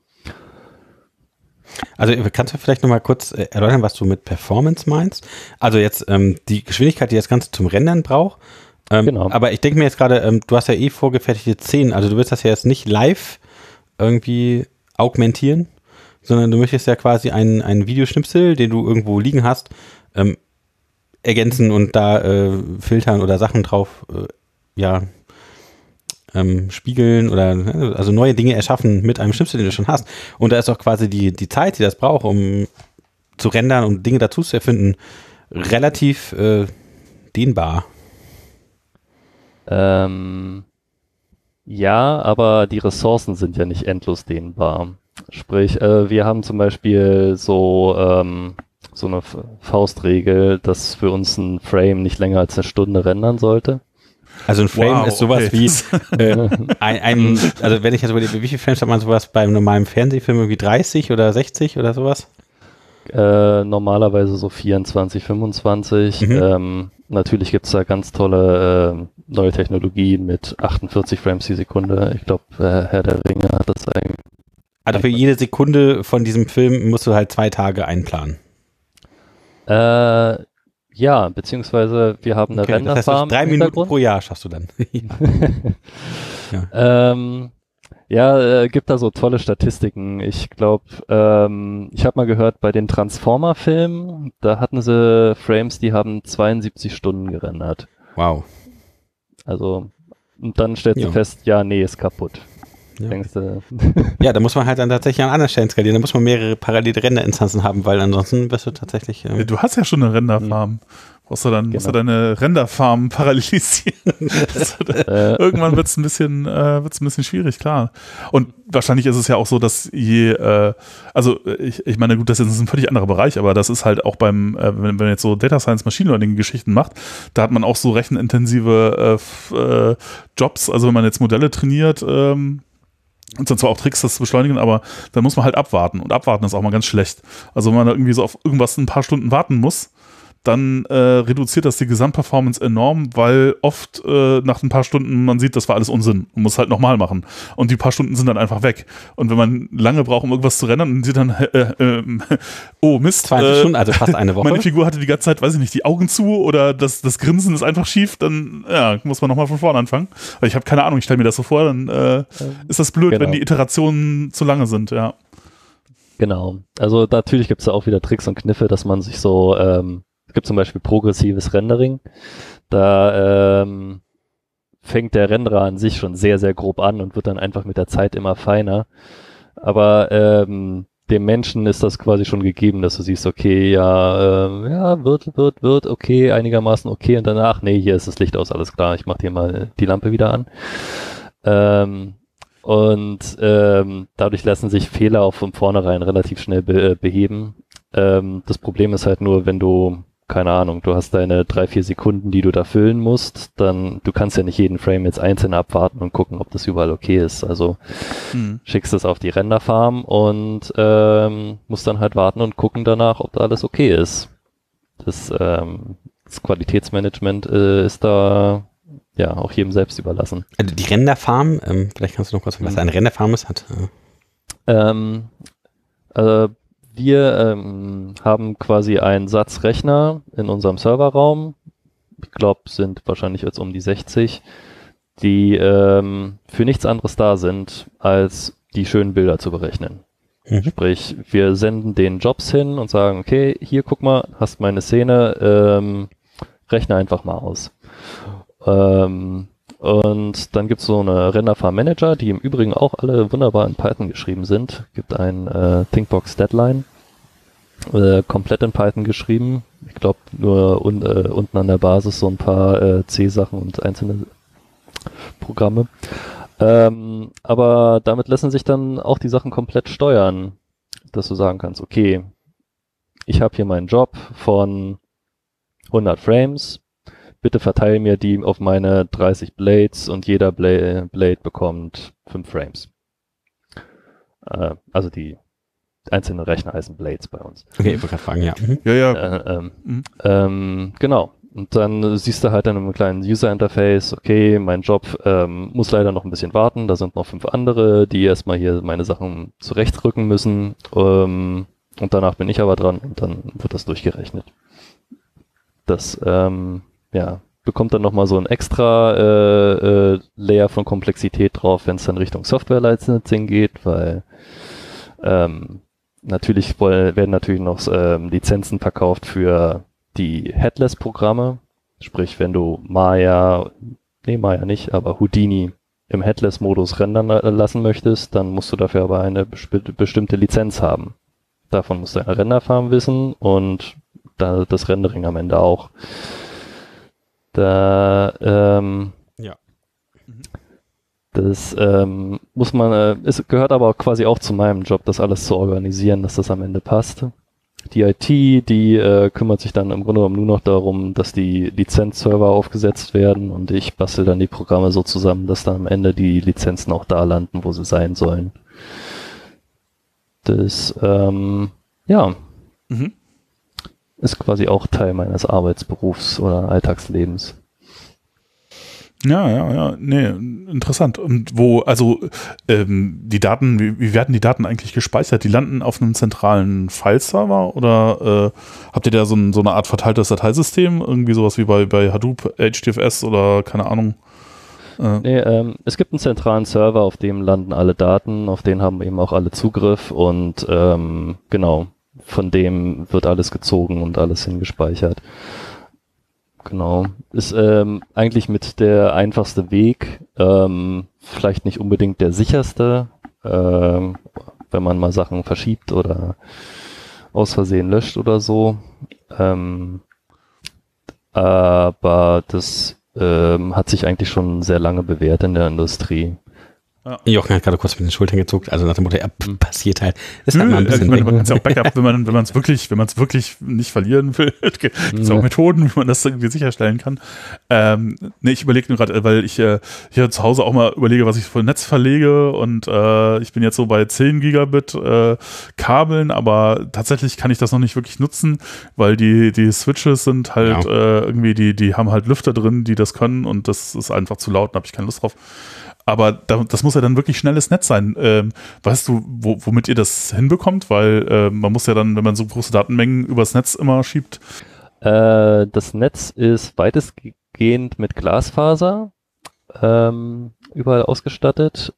also kannst du vielleicht nochmal kurz erläutern, was du mit Performance meinst? Also jetzt ähm, die Geschwindigkeit, die das Ganze zum Rendern braucht. Ähm, genau. Aber ich denke mir jetzt gerade, ähm, du hast ja eh vorgefertigte Szenen, also du willst das ja jetzt nicht live irgendwie augmentieren, sondern du möchtest ja quasi einen, einen Videoschnipsel, den du irgendwo liegen hast, ähm, ergänzen und da äh, filtern oder Sachen drauf äh, ja ähm, spiegeln oder also neue Dinge erschaffen mit einem Schnipsel, den du schon hast. Und da ist auch quasi die, die Zeit, die das braucht, um zu rendern und Dinge dazu zu erfinden, relativ äh, dehnbar. Ähm, ja, aber die Ressourcen sind ja nicht endlos dehnbar. Sprich, äh, wir haben zum Beispiel so ähm, so eine Faustregel, dass für uns ein Frame nicht länger als eine Stunde rendern sollte. Also ein Frame wow, ist sowas okay. wie äh, ein, ein, also wenn ich jetzt überlege, wie viele Frames hat man sowas beim normalen Fernsehfilm, irgendwie dreißig oder sechzig oder sowas? Äh, normalerweise so vierundzwanzig, fünfundzwanzig. Mhm. Ähm, natürlich gibt es da ganz tolle äh, neue Technologie mit achtundvierzig Frames die Sekunde. Ich glaube, äh, Herr der Ringe hat das eigentlich. Also für jede Sekunde von diesem Film musst du halt zwei Tage einplanen. Äh, ja, beziehungsweise wir haben eine okay, Renderfarm. Das heißt, drei Minuten pro Jahr schaffst du dann. ja, ähm, ja äh, gibt da so tolle Statistiken. Ich glaube, ähm, ich habe mal gehört, bei den Transformer-Filmen, da hatten sie Frames, die haben zweiundsiebzig Stunden gerendert. Wow. Also, und dann stellst ja. du fest, ja, nee, ist kaputt. Ja. Denkst du, ja, da muss man halt dann tatsächlich an anderen Stellen skalieren. Da muss man mehrere parallele Renderinstanzen haben, weil ansonsten wirst du tatsächlich. Ähm du hast ja schon eine Renderfarm. Brauchst du dann genau. musst du deine Renderfarm parallelisieren. äh. Irgendwann wird es ein bisschen, äh, wird's ein bisschen schwierig, klar. Und wahrscheinlich ist es ja auch so, dass je, äh, also ich, ich meine, gut, das ist ein völlig anderer Bereich, aber das ist halt auch beim, äh, wenn, wenn man jetzt so Data Science, Machine Learning Geschichten macht, da hat man auch so rechenintensive äh, f, äh, Jobs. Also wenn man jetzt Modelle trainiert, ähm, und dann zwar auch Tricks, das zu beschleunigen, aber dann muss man halt abwarten. Und abwarten ist auch mal ganz schlecht. Also wenn man da irgendwie so auf irgendwas ein paar Stunden warten muss, dann äh, reduziert das die Gesamtperformance enorm, weil oft äh, nach ein paar Stunden man sieht, das war alles Unsinn und muss halt nochmal machen. Und die paar Stunden sind dann einfach weg. Und wenn man lange braucht, um irgendwas zu rendern, und sieht dann, äh, äh, oh Mist, zwanzig Stunden, also fast eine Woche. Meine Figur hatte die ganze Zeit, weiß ich nicht, die Augen zu oder das, das Grinsen ist einfach schief, dann ja, muss man nochmal von vorne anfangen. Weil ich habe keine Ahnung, ich stelle mir das so vor, dann äh, ist das blöd, genau. wenn die Iterationen zu lange sind, ja. Genau. Also natürlich gibt es da auch wieder Tricks und Kniffe, dass man sich so ähm, es gibt zum Beispiel progressives Rendering. Da ähm, fängt der Renderer an sich schon sehr, sehr grob an und wird dann einfach mit der Zeit immer feiner. Aber ähm, dem Menschen ist das quasi schon gegeben, dass du siehst, okay, ja, äh, ja, wird, wird, wird, okay, einigermaßen okay. Und danach, nee, hier ist das Licht aus, alles klar, ich mach dir mal die Lampe wieder an. Ähm, und ähm, dadurch lassen sich Fehler auch von vornherein relativ schnell be- beheben. Ähm, das Problem ist halt nur, wenn du keine Ahnung, du hast deine drei, vier Sekunden, die du da füllen musst, dann, du kannst ja nicht jeden Frame jetzt einzeln abwarten und gucken, ob das überall okay ist. Also mhm. schickst es auf die Renderfarm und ähm, musst dann halt warten und gucken danach, ob da alles okay ist. Das, ähm, das Qualitätsmanagement äh, ist da ja auch jedem selbst überlassen. Also die Renderfarm, ähm, vielleicht kannst du noch kurz sagen, was eine Renderfarm ist, hat. Äh. Ähm, äh, Wir ähm, haben quasi einen Satz Rechner in unserem Serverraum. Ich glaube, sind wahrscheinlich jetzt um die sechzig, die ähm, für nichts anderes da sind, als die schönen Bilder zu berechnen. Mhm. Sprich, wir senden den Jobs hin und sagen, okay, hier guck mal, hast meine Szene, ähm, rechne einfach mal aus. Ähm, Und dann gibt es so eine Renderfarm-Manager, die im Übrigen auch alle wunderbar in Python geschrieben sind. Gibt ein äh, ThinkBox Deadline, äh, komplett in Python geschrieben. Ich glaube nur un äh, unten an der Basis so ein paar äh, C-Sachen und einzelne Programme. Ähm, aber damit lassen sich dann auch die Sachen komplett steuern, dass du sagen kannst, okay, ich habe hier meinen Job von hundert Frames, bitte verteile mir die auf meine dreißig Blades und jeder Bla Blade bekommt fünf Frames. Äh, also die einzelnen Rechner heißen Blades bei uns. Okay, ich wollte gerade fragen, ja. Mhm. Ja, ja. Äh, ähm, mhm. ähm, genau. Und dann siehst du halt in einem kleinen User-Interface, okay, mein Job ähm, muss leider noch ein bisschen warten, da sind noch fünf andere, die erstmal hier meine Sachen zurechtrücken müssen. Ähm, und danach bin ich aber dran und dann wird das durchgerechnet. Das, ähm, ja, bekommt dann nochmal so ein extra äh, äh, Layer von Komplexität drauf, wenn es dann Richtung Software-Licensing geht, weil ähm, natürlich wollen, werden natürlich noch ähm, Lizenzen verkauft für die Headless-Programme, sprich wenn du Maya, nee Maya nicht, aber Houdini im Headless-Modus rendern lassen möchtest, dann musst du dafür aber eine besp- bestimmte Lizenz haben. Davon musst du eine Renderfarm wissen und da das Rendering am Ende auch. Da, ähm, ja. Das ähm, muss man, äh, es gehört aber quasi auch zu meinem Job, das alles zu organisieren, dass das am Ende passt. Die I T, die äh, kümmert sich dann im Grunde genommen nur noch darum, dass die Lizenzserver aufgesetzt werden und ich bastel dann die Programme so zusammen, dass dann am Ende die Lizenzen auch da landen, wo sie sein sollen. Das, ähm, ja, mhm. ist quasi auch Teil meines Arbeitsberufs oder Alltagslebens. Ja, ja, ja, nee, interessant. Und wo, also ähm, die Daten, wie, wie werden die Daten eigentlich gespeichert? Die landen auf einem zentralen File-Server oder äh, habt ihr da so, ein, so eine Art verteiltes Dateisystem? Irgendwie sowas wie bei, bei Hadoop, H D F S oder keine Ahnung? Äh. Nee, ähm, es gibt einen zentralen Server, auf dem landen alle Daten, auf den haben eben auch alle Zugriff und ähm, genau, von dem wird alles gezogen und alles hingespeichert. Genau. Ist ähm, eigentlich mit der einfachste Weg, ähm, vielleicht nicht unbedingt der sicherste, ähm, wenn man mal Sachen verschiebt oder aus Versehen löscht oder so. Ähm, aber das ähm, hat sich eigentlich schon sehr lange bewährt in der Industrie. Ja. Jochen hat gerade kurz mit den Schultern gezuckt, also nach dem Motto, ja, passiert halt. Das Nö, halt mal ein man, man kann es ja auch Backup, wenn man wenn man es wirklich, wenn man es wirklich nicht verlieren will, gibt es auch Methoden, wie man das irgendwie sicherstellen kann. Ähm, nee, ich überlege nur gerade, weil ich äh, hier zu Hause auch mal überlege, was ich für ein Netz verlege und äh, ich bin jetzt so bei zehn Gigabit äh, Kabeln, aber tatsächlich kann ich das noch nicht wirklich nutzen, weil die die Switches sind halt ja. äh, irgendwie, die die haben halt Lüfter drin, die das können und das ist einfach zu laut, da habe ich keine Lust drauf. Aber da, das muss ja dann wirklich schnelles Netz sein. Ähm, weißt du, wo, womit ihr das hinbekommt? Weil äh, man muss ja dann, wenn man so große Datenmengen übers Netz immer schiebt. Äh, das Netz ist weitestgehend mit Glasfaser ähm, überall ausgestattet.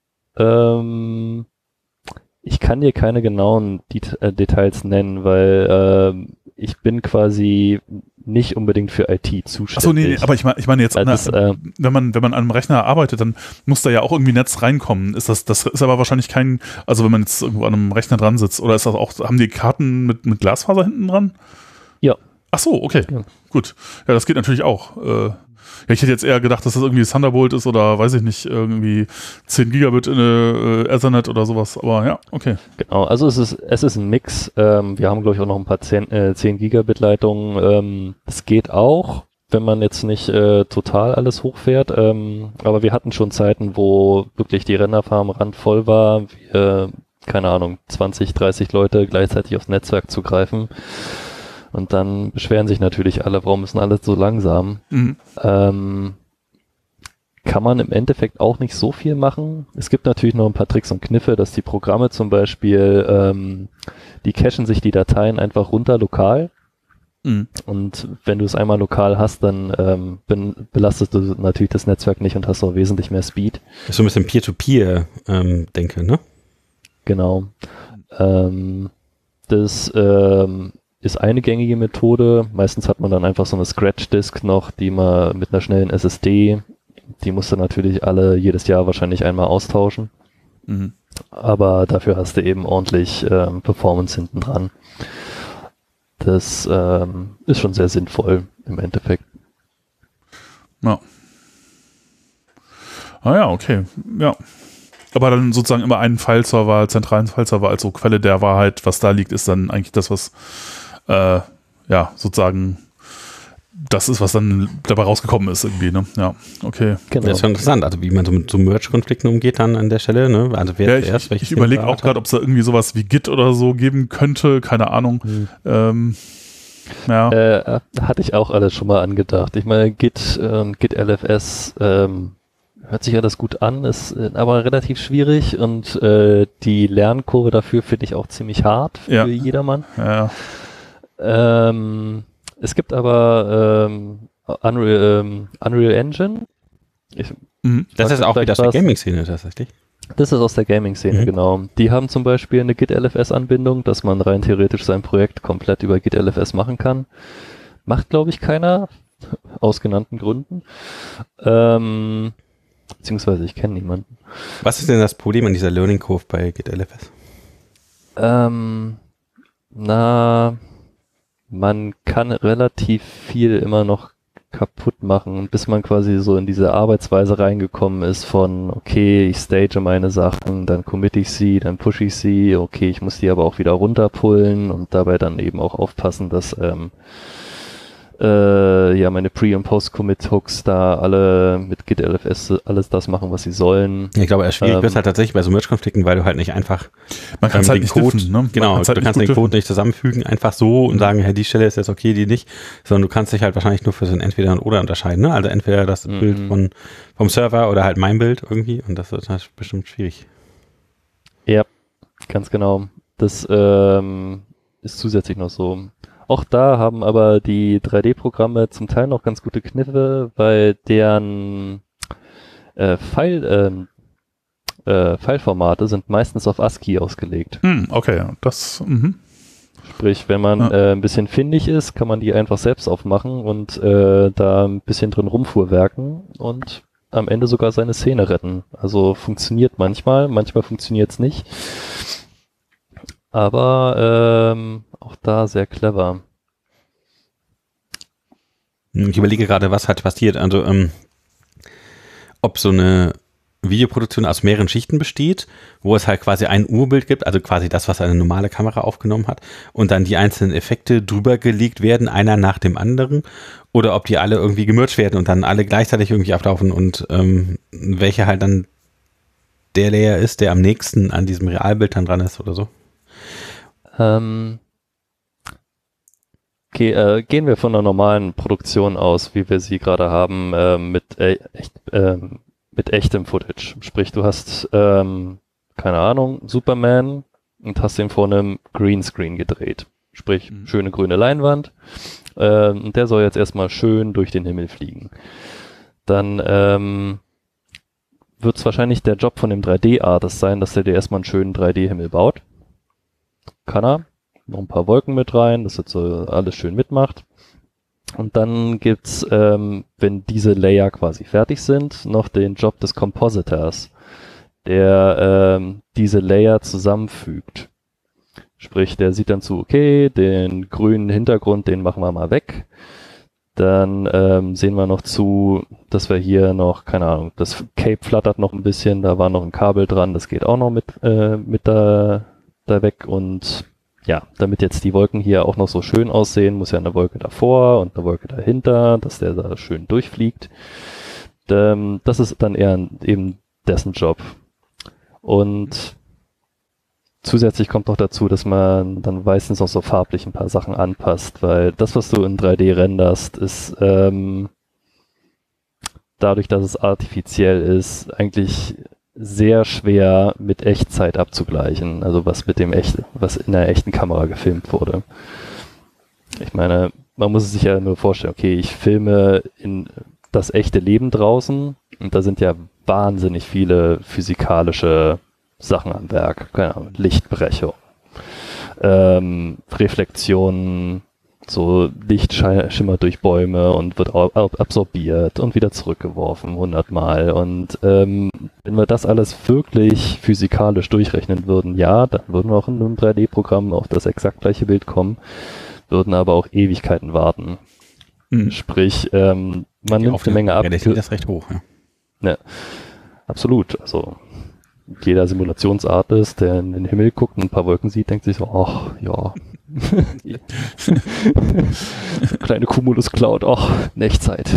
Ähm, ich kann dir keine genauen Det äh, Details nennen, weil äh, ich bin quasi nicht unbedingt für I T zuständig. Achso, nee, nee, aber ich meine, ich meine jetzt, also das, na, äh, wenn man wenn man an einem Rechner arbeitet, dann muss da ja auch irgendwie Netz reinkommen. Ist das das ist aber wahrscheinlich kein, also wenn man jetzt irgendwo an einem Rechner dran sitzt, oder ist das auch, haben die Karten mit mit Glasfaser hinten dran? Ja. Ach so, okay, ja. Gut. Ja, das geht natürlich auch. Äh, ja, ich hätte jetzt eher gedacht, dass das irgendwie Thunderbolt ist oder weiß ich nicht, irgendwie zehn Gigabit in eine äh, Ethernet oder sowas, aber ja, okay. Genau, also es ist es ist ein Mix. Ähm, wir haben, glaube ich, auch noch ein paar zehn Gigabit Leitungen. Ähm, das geht auch, wenn man jetzt nicht äh, total alles hochfährt. Ähm, aber wir hatten schon Zeiten, wo wirklich die Renderfarm randvoll war, wir, keine Ahnung, zwanzig, dreißig Leute gleichzeitig aufs Netzwerk zugreifen. Und dann beschweren sich natürlich alle, warum ist denn alles so langsam? Mhm. Ähm, kann man im Endeffekt auch nicht so viel machen. Es gibt natürlich noch ein paar Tricks und Kniffe, dass die Programme zum Beispiel, ähm, die cachen sich die Dateien einfach runter lokal. Mhm. Und wenn du es einmal lokal hast, dann ähm, ben, belastest du natürlich das Netzwerk nicht und hast auch wesentlich mehr Speed. Das ist so ein bisschen Peer-to-Peer-Denke, ähm, ne? Genau. Ähm, das ähm, ist eine gängige Methode. Meistens hat man dann einfach so eine Scratch-Disk noch, die man mit einer schnellen S S D die musst du natürlich alle jedes Jahr wahrscheinlich einmal austauschen. Mhm. Aber dafür hast du eben ordentlich ähm, Performance hinten dran. Das ähm, ist schon sehr sinnvoll im Endeffekt. Ja. Ah ja, okay. Ja. Aber dann sozusagen immer einen File-Server, zentralen File-Server als so Quelle der Wahrheit, was da liegt, ist dann eigentlich das, was äh, ja, sozusagen das ist, was dann dabei rausgekommen ist irgendwie, ne? Ja, okay. Genau. Das ist schon interessant, also wie man so mit so Merge-Konflikten umgeht dann an der Stelle, ne? Also wer ja, zuerst, ich, ich überlege auch gerade, ob es da irgendwie sowas wie Git oder so geben könnte, keine Ahnung. Hm. Ähm, ja. Äh, hatte ich auch alles schon mal angedacht. Ich meine, Git, ähm, Git L F S ähm, hört sich alles gut an, ist äh, aber relativ schwierig und äh, die Lernkurve dafür finde ich auch ziemlich hart für ja. jedermann. Ja. Ähm, es gibt aber ähm, Unreal, ähm, Unreal Engine. Ich, mhm. Das ist auch wieder aus der Gaming-Szene tatsächlich. Das ist aus der Gaming-Szene, mhm. genau. Die haben zum Beispiel eine Git L F S-Anbindung, dass man rein theoretisch sein Projekt komplett über Git L F S machen kann. Macht, glaube ich, keiner, aus genannten Gründen. Ähm, beziehungsweise ich kenne niemanden. Was ist denn das Problem an dieser Learning Curve bei Git L F S? Ähm, na, man kann relativ viel immer noch kaputt machen, bis man quasi so in diese Arbeitsweise reingekommen ist von, okay, ich stage meine Sachen, dann committe ich sie, dann pushe ich sie, okay, ich muss die aber auch wieder runterpullen und dabei dann eben auch aufpassen, dass ähm, äh, ja meine Pre- und Post-Commit-Hooks da alle mit Git L F S alles das machen, was sie sollen. Ja, ich glaube, schwierig ähm, wird halt tatsächlich bei so Merge-Konflikten, weil du halt nicht einfach man kann ähm, halt den nicht Code, diffen, ne? Genau, halt du kannst den Code diffen. nicht zusammenfügen, einfach so und sagen, hey, die Stelle ist jetzt okay, die nicht, sondern du kannst dich halt wahrscheinlich nur für so ein Entweder und Oder unterscheiden, ne? Also entweder das mhm. Bild von, vom Server oder halt mein Bild irgendwie und das ist halt bestimmt schwierig. Ja, ganz genau. Das ähm, ist zusätzlich noch so. Auch da haben aber die drei D-Programme zum Teil noch ganz gute Kniffe, weil deren äh, File, äh, äh, Fileformate sind meistens auf ASCII ausgelegt. Mm, okay, das. Mhm. Sprich, wenn man ja. äh, ein bisschen findig ist, kann man die einfach selbst aufmachen und äh, da ein bisschen drin rumfuhrwerken und am Ende sogar seine Szene retten. Also funktioniert manchmal, manchmal funktioniert es nicht. Aber ähm, auch da sehr clever. Ich überlege gerade, was halt passiert. Also ähm, ob so eine Videoproduktion aus mehreren Schichten besteht, wo es halt quasi ein Urbild gibt, also quasi das, was eine normale Kamera aufgenommen hat, und dann die einzelnen Effekte drüber gelegt werden, einer nach dem anderen, oder ob die alle irgendwie gemerged werden und dann alle gleichzeitig irgendwie ablaufen und ähm, welcher halt dann der Layer ist, der am nächsten an diesem Realbild dann dran ist oder so. Ähm, ge äh, gehen wir von einer normalen Produktion aus, wie wir sie gerade haben, äh, mit, äh, echt, äh, mit echtem Footage. Sprich, du hast, ähm, keine Ahnung, Superman und hast ihn vor einem Greenscreen gedreht. Sprich, mhm. schöne grüne Leinwand. Äh, und der soll jetzt erstmal schön durch den Himmel fliegen. Dann ähm, wird es wahrscheinlich der Job von dem drei D-Artist sein, dass der dir erstmal einen schönen drei D-Himmel baut. Kann er. Noch ein paar Wolken mit rein, dass jetzt so alles schön mitmacht. Und dann gibt's, ähm, wenn diese Layer quasi fertig sind, noch den Job des Compositors, der ähm, diese Layer zusammenfügt. Sprich, der sieht dann zu, okay, den grünen Hintergrund, den machen wir mal weg. Dann ähm, sehen wir noch zu, dass wir hier noch, keine Ahnung, das Cape flattert noch ein bisschen, da war noch ein Kabel dran, das geht auch noch mit, äh, mit da, da weg. Und ja, damit jetzt die Wolken hier auch noch so schön aussehen, muss ja eine Wolke davor und eine Wolke dahinter, dass der da schön durchfliegt. Ähm, das ist dann eher eben dessen Job. Und zusätzlich kommt noch dazu, dass man dann meistens noch so farblich ein paar Sachen anpasst, weil das, was du in drei D renderst, ist ähm, dadurch, dass es artifiziell ist, eigentlich sehr schwer mit Echtzeit abzugleichen, also was mit dem echt, was in einer echten Kamera gefilmt wurde. Ich meine, man muss sich ja nur vorstellen, okay, ich filme in das echte Leben draußen und da sind ja wahnsinnig viele physikalische Sachen am Werk, keine Ahnung, Lichtbrechung, ähm, Reflexionen, So Licht schimmert durch Bäume und wird absorbiert und wieder zurückgeworfen hundertmal. Und ähm, wenn wir das alles wirklich physikalisch durchrechnen würden, ja, dann würden wir auch in einem drei D-Programm auf das exakt gleiche Bild kommen, würden aber auch Ewigkeiten warten. Mhm. Sprich, ähm, man nimmt eine Menge ab. Ja, das ist recht hoch. Ja. Ja, absolut. Also jeder Simulationsartist, der in den Himmel guckt und ein paar Wolken sieht, denkt sich so, ach, ja. Kleine Cumulus Cloud, ach, Echtzeit.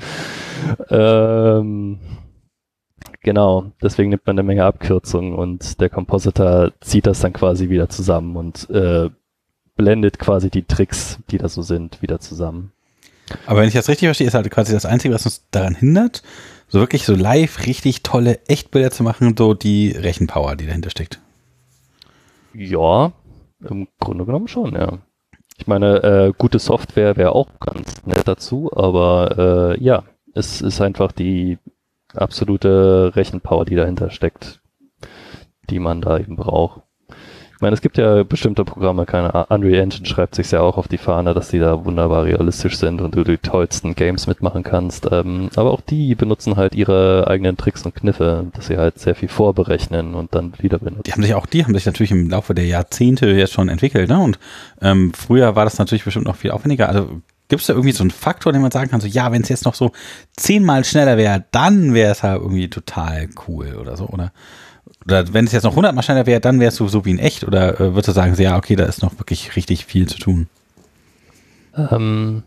ähm, genau, deswegen nimmt man eine Menge Abkürzungen und der Compositor zieht das dann quasi wieder zusammen und äh, blendet quasi die Tricks, die da so sind, wieder zusammen. Aber wenn ich das richtig verstehe, ist halt quasi das Einzige, was uns daran hindert, so wirklich so live richtig tolle Echtbilder zu machen, so die Rechenpower, die dahinter steckt. Ja, im Grunde genommen schon, ja. Ich meine, äh, gute Software wäre auch ganz nett dazu, aber äh, ja, es ist einfach die absolute Rechenpower, die dahinter steckt, die man da eben braucht. Ich meine, es gibt ja bestimmte Programme, keine Ahnung, Unreal Engine schreibt sich ja auch auf die Fahne, dass die da wunderbar realistisch sind und du die tollsten Games mitmachen kannst. Ähm, aber auch die benutzen halt ihre eigenen Tricks und Kniffe, dass sie halt sehr viel vorberechnen und dann wieder benutzen. Die haben sich auch, die haben sich natürlich im Laufe der Jahrzehnte jetzt schon entwickelt, ne? Und ähm, früher war das natürlich bestimmt noch viel aufwendiger. Also gibt es da irgendwie so einen Faktor, den man sagen kann, so ja, wenn es jetzt noch so zehnmal schneller wäre, dann wäre es halt irgendwie total cool oder so, oder? Oder wenn es jetzt noch hundertmal schneller wäre, dann wärst du so wie in echt? Oder äh, würdest du sagen, so, ja, okay, da ist noch wirklich richtig viel zu tun? Ähm,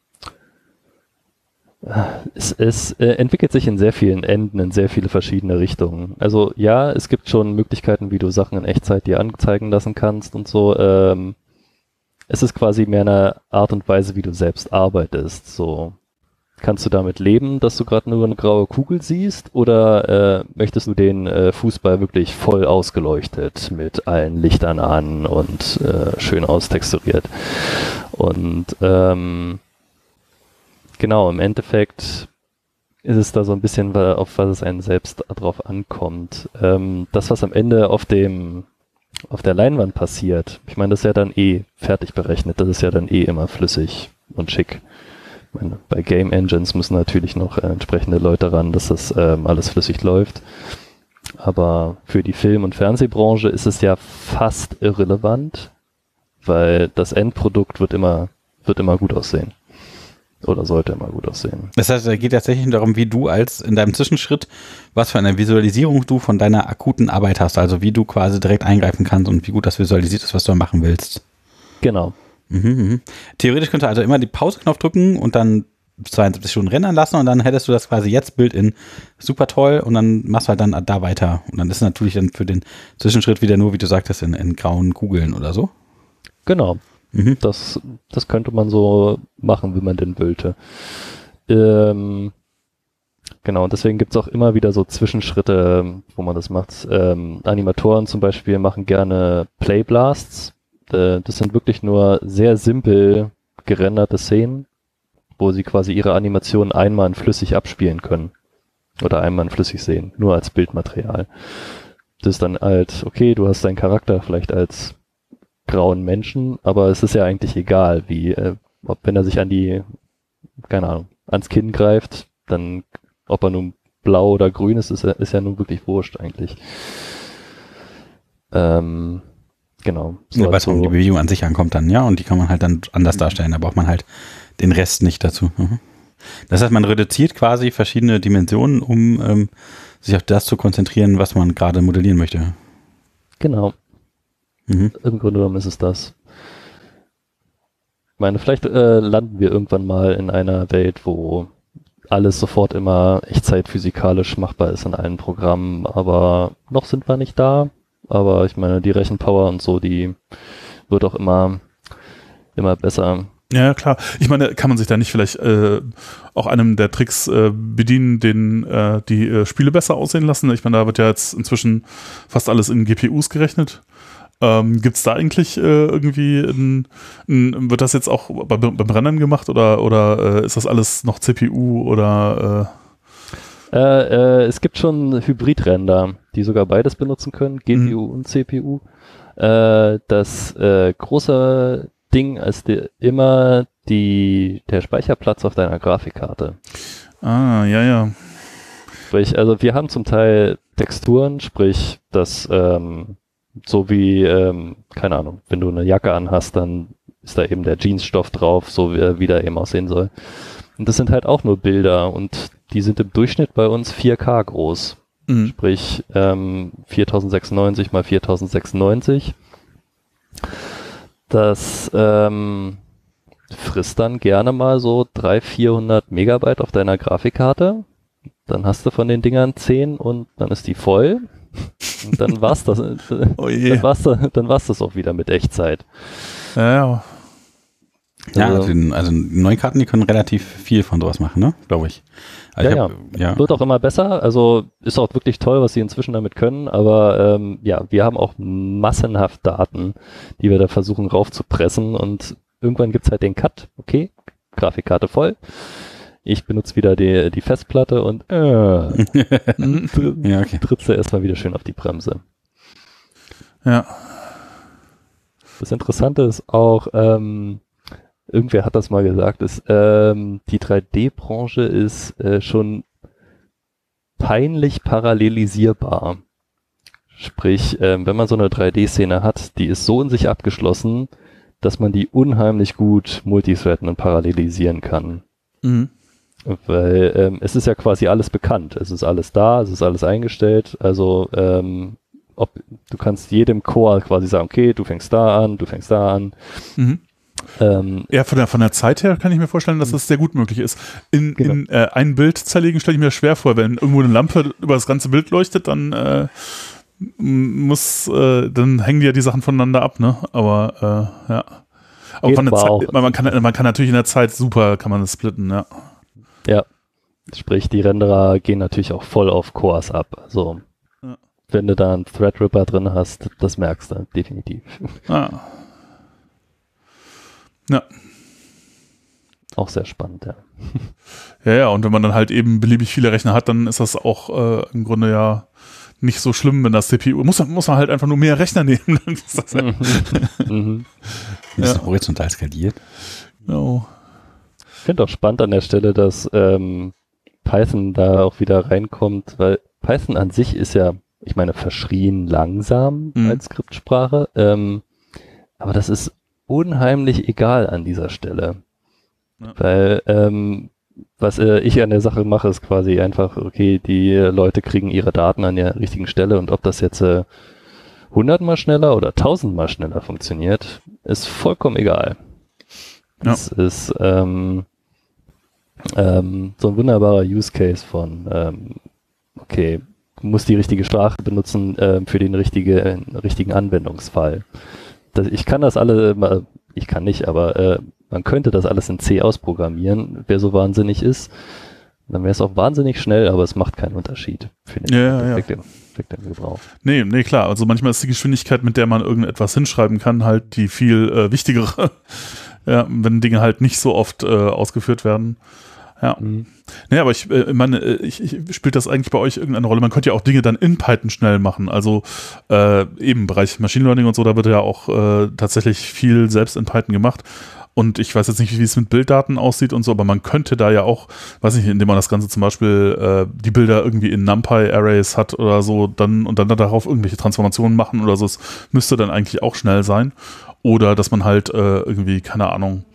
es es äh, entwickelt sich in sehr vielen Enden, in sehr viele verschiedene Richtungen. Also ja, es gibt schon Möglichkeiten, wie du Sachen in Echtzeit dir anzeigen lassen kannst und so. Ähm, es ist quasi mehr eine Art und Weise, wie du selbst arbeitest. So. Kannst du damit leben, dass du gerade nur eine graue Kugel siehst, oder äh, möchtest du den äh, Fußball wirklich voll ausgeleuchtet mit allen Lichtern an und äh, schön austexturiert? Und ähm, genau, im Endeffekt ist es da so ein bisschen, auf was es einen selbst drauf ankommt. Ähm, das, was am Ende auf dem auf der Leinwand passiert, ich meine, das ist ja dann eh fertig berechnet, das ist ja dann eh immer flüssig und schick. Ich meine, bei Game Engines müssen natürlich noch äh, entsprechende Leute ran, dass das ähm, alles flüssig läuft. Aber für die Film- und Fernsehbranche ist es ja fast irrelevant, weil das Endprodukt wird immer, wird immer gut aussehen. Oder sollte immer gut aussehen. Das heißt, es geht tatsächlich darum, wie du als in deinem Zwischenschritt, was für eine Visualisierung du von deiner akuten Arbeit hast. Also wie du quasi direkt eingreifen kannst und wie gut das visualisiert ist, was du machen willst. Genau. Mhm, theoretisch könntest du also immer die Pause-Knopf drücken und dann zweiundsiebzig Stunden rendern lassen und dann hättest du das quasi jetzt Bild in super toll und dann machst du halt dann da weiter. Und dann ist es natürlich dann für den Zwischenschritt wieder nur, wie du sagtest, in, in grauen Kugeln oder so. Genau. Mhm. Das, das könnte man so machen, wenn man denn wollte. Ähm, genau, und deswegen gibt es auch immer wieder so Zwischenschritte, wo man das macht. Ähm, Animatoren zum Beispiel machen gerne Playblasts. Das sind wirklich nur sehr simpel gerenderte Szenen, wo sie quasi ihre Animationen einmal in flüssig abspielen können. Oder einmal in flüssig sehen, nur als Bildmaterial. Das ist dann halt, okay, du hast deinen Charakter vielleicht als grauen Menschen, aber es ist ja eigentlich egal, wie, äh, ob wenn er sich an die, keine Ahnung, ans Kinn greift, dann, ob er nun blau oder grün ist, ist, ist ja nun wirklich wurscht eigentlich. Ähm, Genau. So ja, weil es um die Bewegung an sich ankommt dann, ja, und die kann man halt dann anders darstellen, da braucht man halt den Rest nicht dazu. Mhm. Das heißt, man reduziert quasi verschiedene Dimensionen, um ähm, sich auf das zu konzentrieren, was man gerade modellieren möchte. Genau. Mhm. Im Grunde genommen ist es das. Ich meine, vielleicht äh, landen wir irgendwann mal in einer Welt, wo alles sofort immer echtzeit-physikalisch machbar ist in allen Programmen, aber noch sind wir nicht da. Aber ich meine, die Rechenpower und so, die wird auch immer, immer besser. Ja, klar. Ich meine, kann man sich da nicht vielleicht äh, auch einem der Tricks äh, bedienen, den äh, die äh, Spiele besser aussehen lassen? Ich meine, da wird ja jetzt inzwischen fast alles in G P Us gerechnet. Ähm, gibt es da eigentlich äh, irgendwie, ein, ein, wird das jetzt auch bei, beim Rennen gemacht oder, oder äh, ist das alles noch C P U oder äh Äh, äh, es gibt schon Hybridrender, die sogar beides benutzen können, G P U mhm. und C P U. Äh, das äh, große Ding ist die, immer die, der Speicherplatz auf deiner Grafikkarte. Ah, ja, ja. Sprich, also wir haben zum Teil Texturen, sprich, das ähm, so wie, ähm, keine Ahnung, wenn du eine Jacke anhast, dann ist da eben der Jeansstoff drauf, so wie, wie der eben aussehen soll. Und das sind halt auch nur Bilder und die sind im Durchschnitt bei uns vier K groß. Mhm. Sprich, ähm, viertausendsechsundneunzig mal viertausendsechsundneunzig. Das ähm, frisst dann gerne mal so dreihundert, vierhundert Megabyte auf deiner Grafikkarte. Dann hast du von den Dingern zehn und dann ist die voll. Und dann war's das. Oh je. Dann war's, dann war's das auch wieder mit Echtzeit. Ja, ja. Ja, also, also neue Karten, die können relativ viel von sowas machen, ne? Glaube ich. Also ja, ich hab, ja, ja. Wird auch immer besser. Also ist auch wirklich toll, was sie inzwischen damit können. Aber ähm, ja, wir haben auch massenhaft Daten, die wir da versuchen raufzupressen. Und irgendwann gibt's halt den Cut. Okay, Grafikkarte voll. Ich benutze wieder die, die Festplatte und äh, ja, okay. trittst du erstmal wieder schön auf die Bremse. Ja. Das Interessante ist auch, ähm, irgendwer hat das mal gesagt, ist, ähm, die drei D-Branche ist äh, schon peinlich parallelisierbar. Sprich, ähm, wenn man so eine drei D-Szene hat, die ist so in sich abgeschlossen, dass man die unheimlich gut multithreaden und parallelisieren kann. Mhm. Weil ähm, es ist ja quasi alles bekannt. Es ist alles da, es ist alles eingestellt. Also ähm, ob du kannst jedem Core quasi sagen, okay, du fängst da an, du fängst da an. Mhm. Ähm, ja, von der, von der Zeit her kann ich mir vorstellen, dass das sehr gut möglich ist. In, genau. in äh, ein Bild zerlegen stelle ich mir schwer vor. Wenn irgendwo eine Lampe über das ganze Bild leuchtet, dann äh, muss, äh, dann hängen die ja die Sachen voneinander ab, ne? Aber äh, ja. Aber von der Zeit, man, man, kann, man kann natürlich in der Zeit super, kann man das splitten, ja. Ja, sprich, die Renderer gehen natürlich auch voll auf Cores ab. Also, ja. Wenn du da einen Threadripper drin hast, das merkst du definitiv. Ah. Ja. Auch sehr spannend, ja. Ja, ja, und wenn man dann halt eben beliebig viele Rechner hat, dann ist das auch äh, im Grunde ja nicht so schlimm, wenn das C P U, muss, muss man halt einfach nur mehr Rechner nehmen. Dann ist das ja. mhm. Das ist ja horizontal skaliert. No. Ich finde auch spannend an der Stelle, dass ähm, Python da auch wieder reinkommt, weil Python an sich ist ja, ich meine, verschrien langsam mhm. als Skriptsprache, ähm, aber das ist unheimlich egal an dieser Stelle. Ja. Weil ähm, was äh, ich an der Sache mache, ist quasi einfach, okay, die Leute kriegen ihre Daten an der richtigen Stelle und ob das jetzt äh, hundertmal schneller oder tausendmal schneller funktioniert, ist vollkommen egal. Das ja. ist ähm, ähm, so ein wunderbarer Use Case von ähm, okay, du musst die richtige Sprache benutzen äh, für den richtige, äh, richtigen Anwendungsfall. Das, ich kann das alle, ich kann nicht, aber äh, man könnte das alles in C ausprogrammieren, wer so wahnsinnig ist. Dann wäre es auch wahnsinnig schnell, aber es macht keinen Unterschied für den ja, ja. Gebrauch. Nee, nee, klar. Also manchmal ist die Geschwindigkeit, mit der man irgendetwas hinschreiben kann, halt die viel äh, wichtigere. Ja, wenn Dinge halt nicht so oft äh, ausgeführt werden. Ja. Mhm. Nee, aber ich äh, meine, ich, ich spielt das eigentlich bei euch irgendeine Rolle? Man könnte ja auch Dinge dann in Python schnell machen. Also äh, eben im Bereich Machine Learning und so, da wird ja auch äh, tatsächlich viel selbst in Python gemacht. Und ich weiß jetzt nicht, wie es mit Bilddaten aussieht und so, aber man könnte da ja auch, weiß nicht, indem man das Ganze zum Beispiel äh, die Bilder irgendwie in NumPy-Arrays hat oder so, dann und dann darauf irgendwelche Transformationen machen oder so. Es müsste dann eigentlich auch schnell sein. Oder dass man halt äh, irgendwie, keine Ahnung,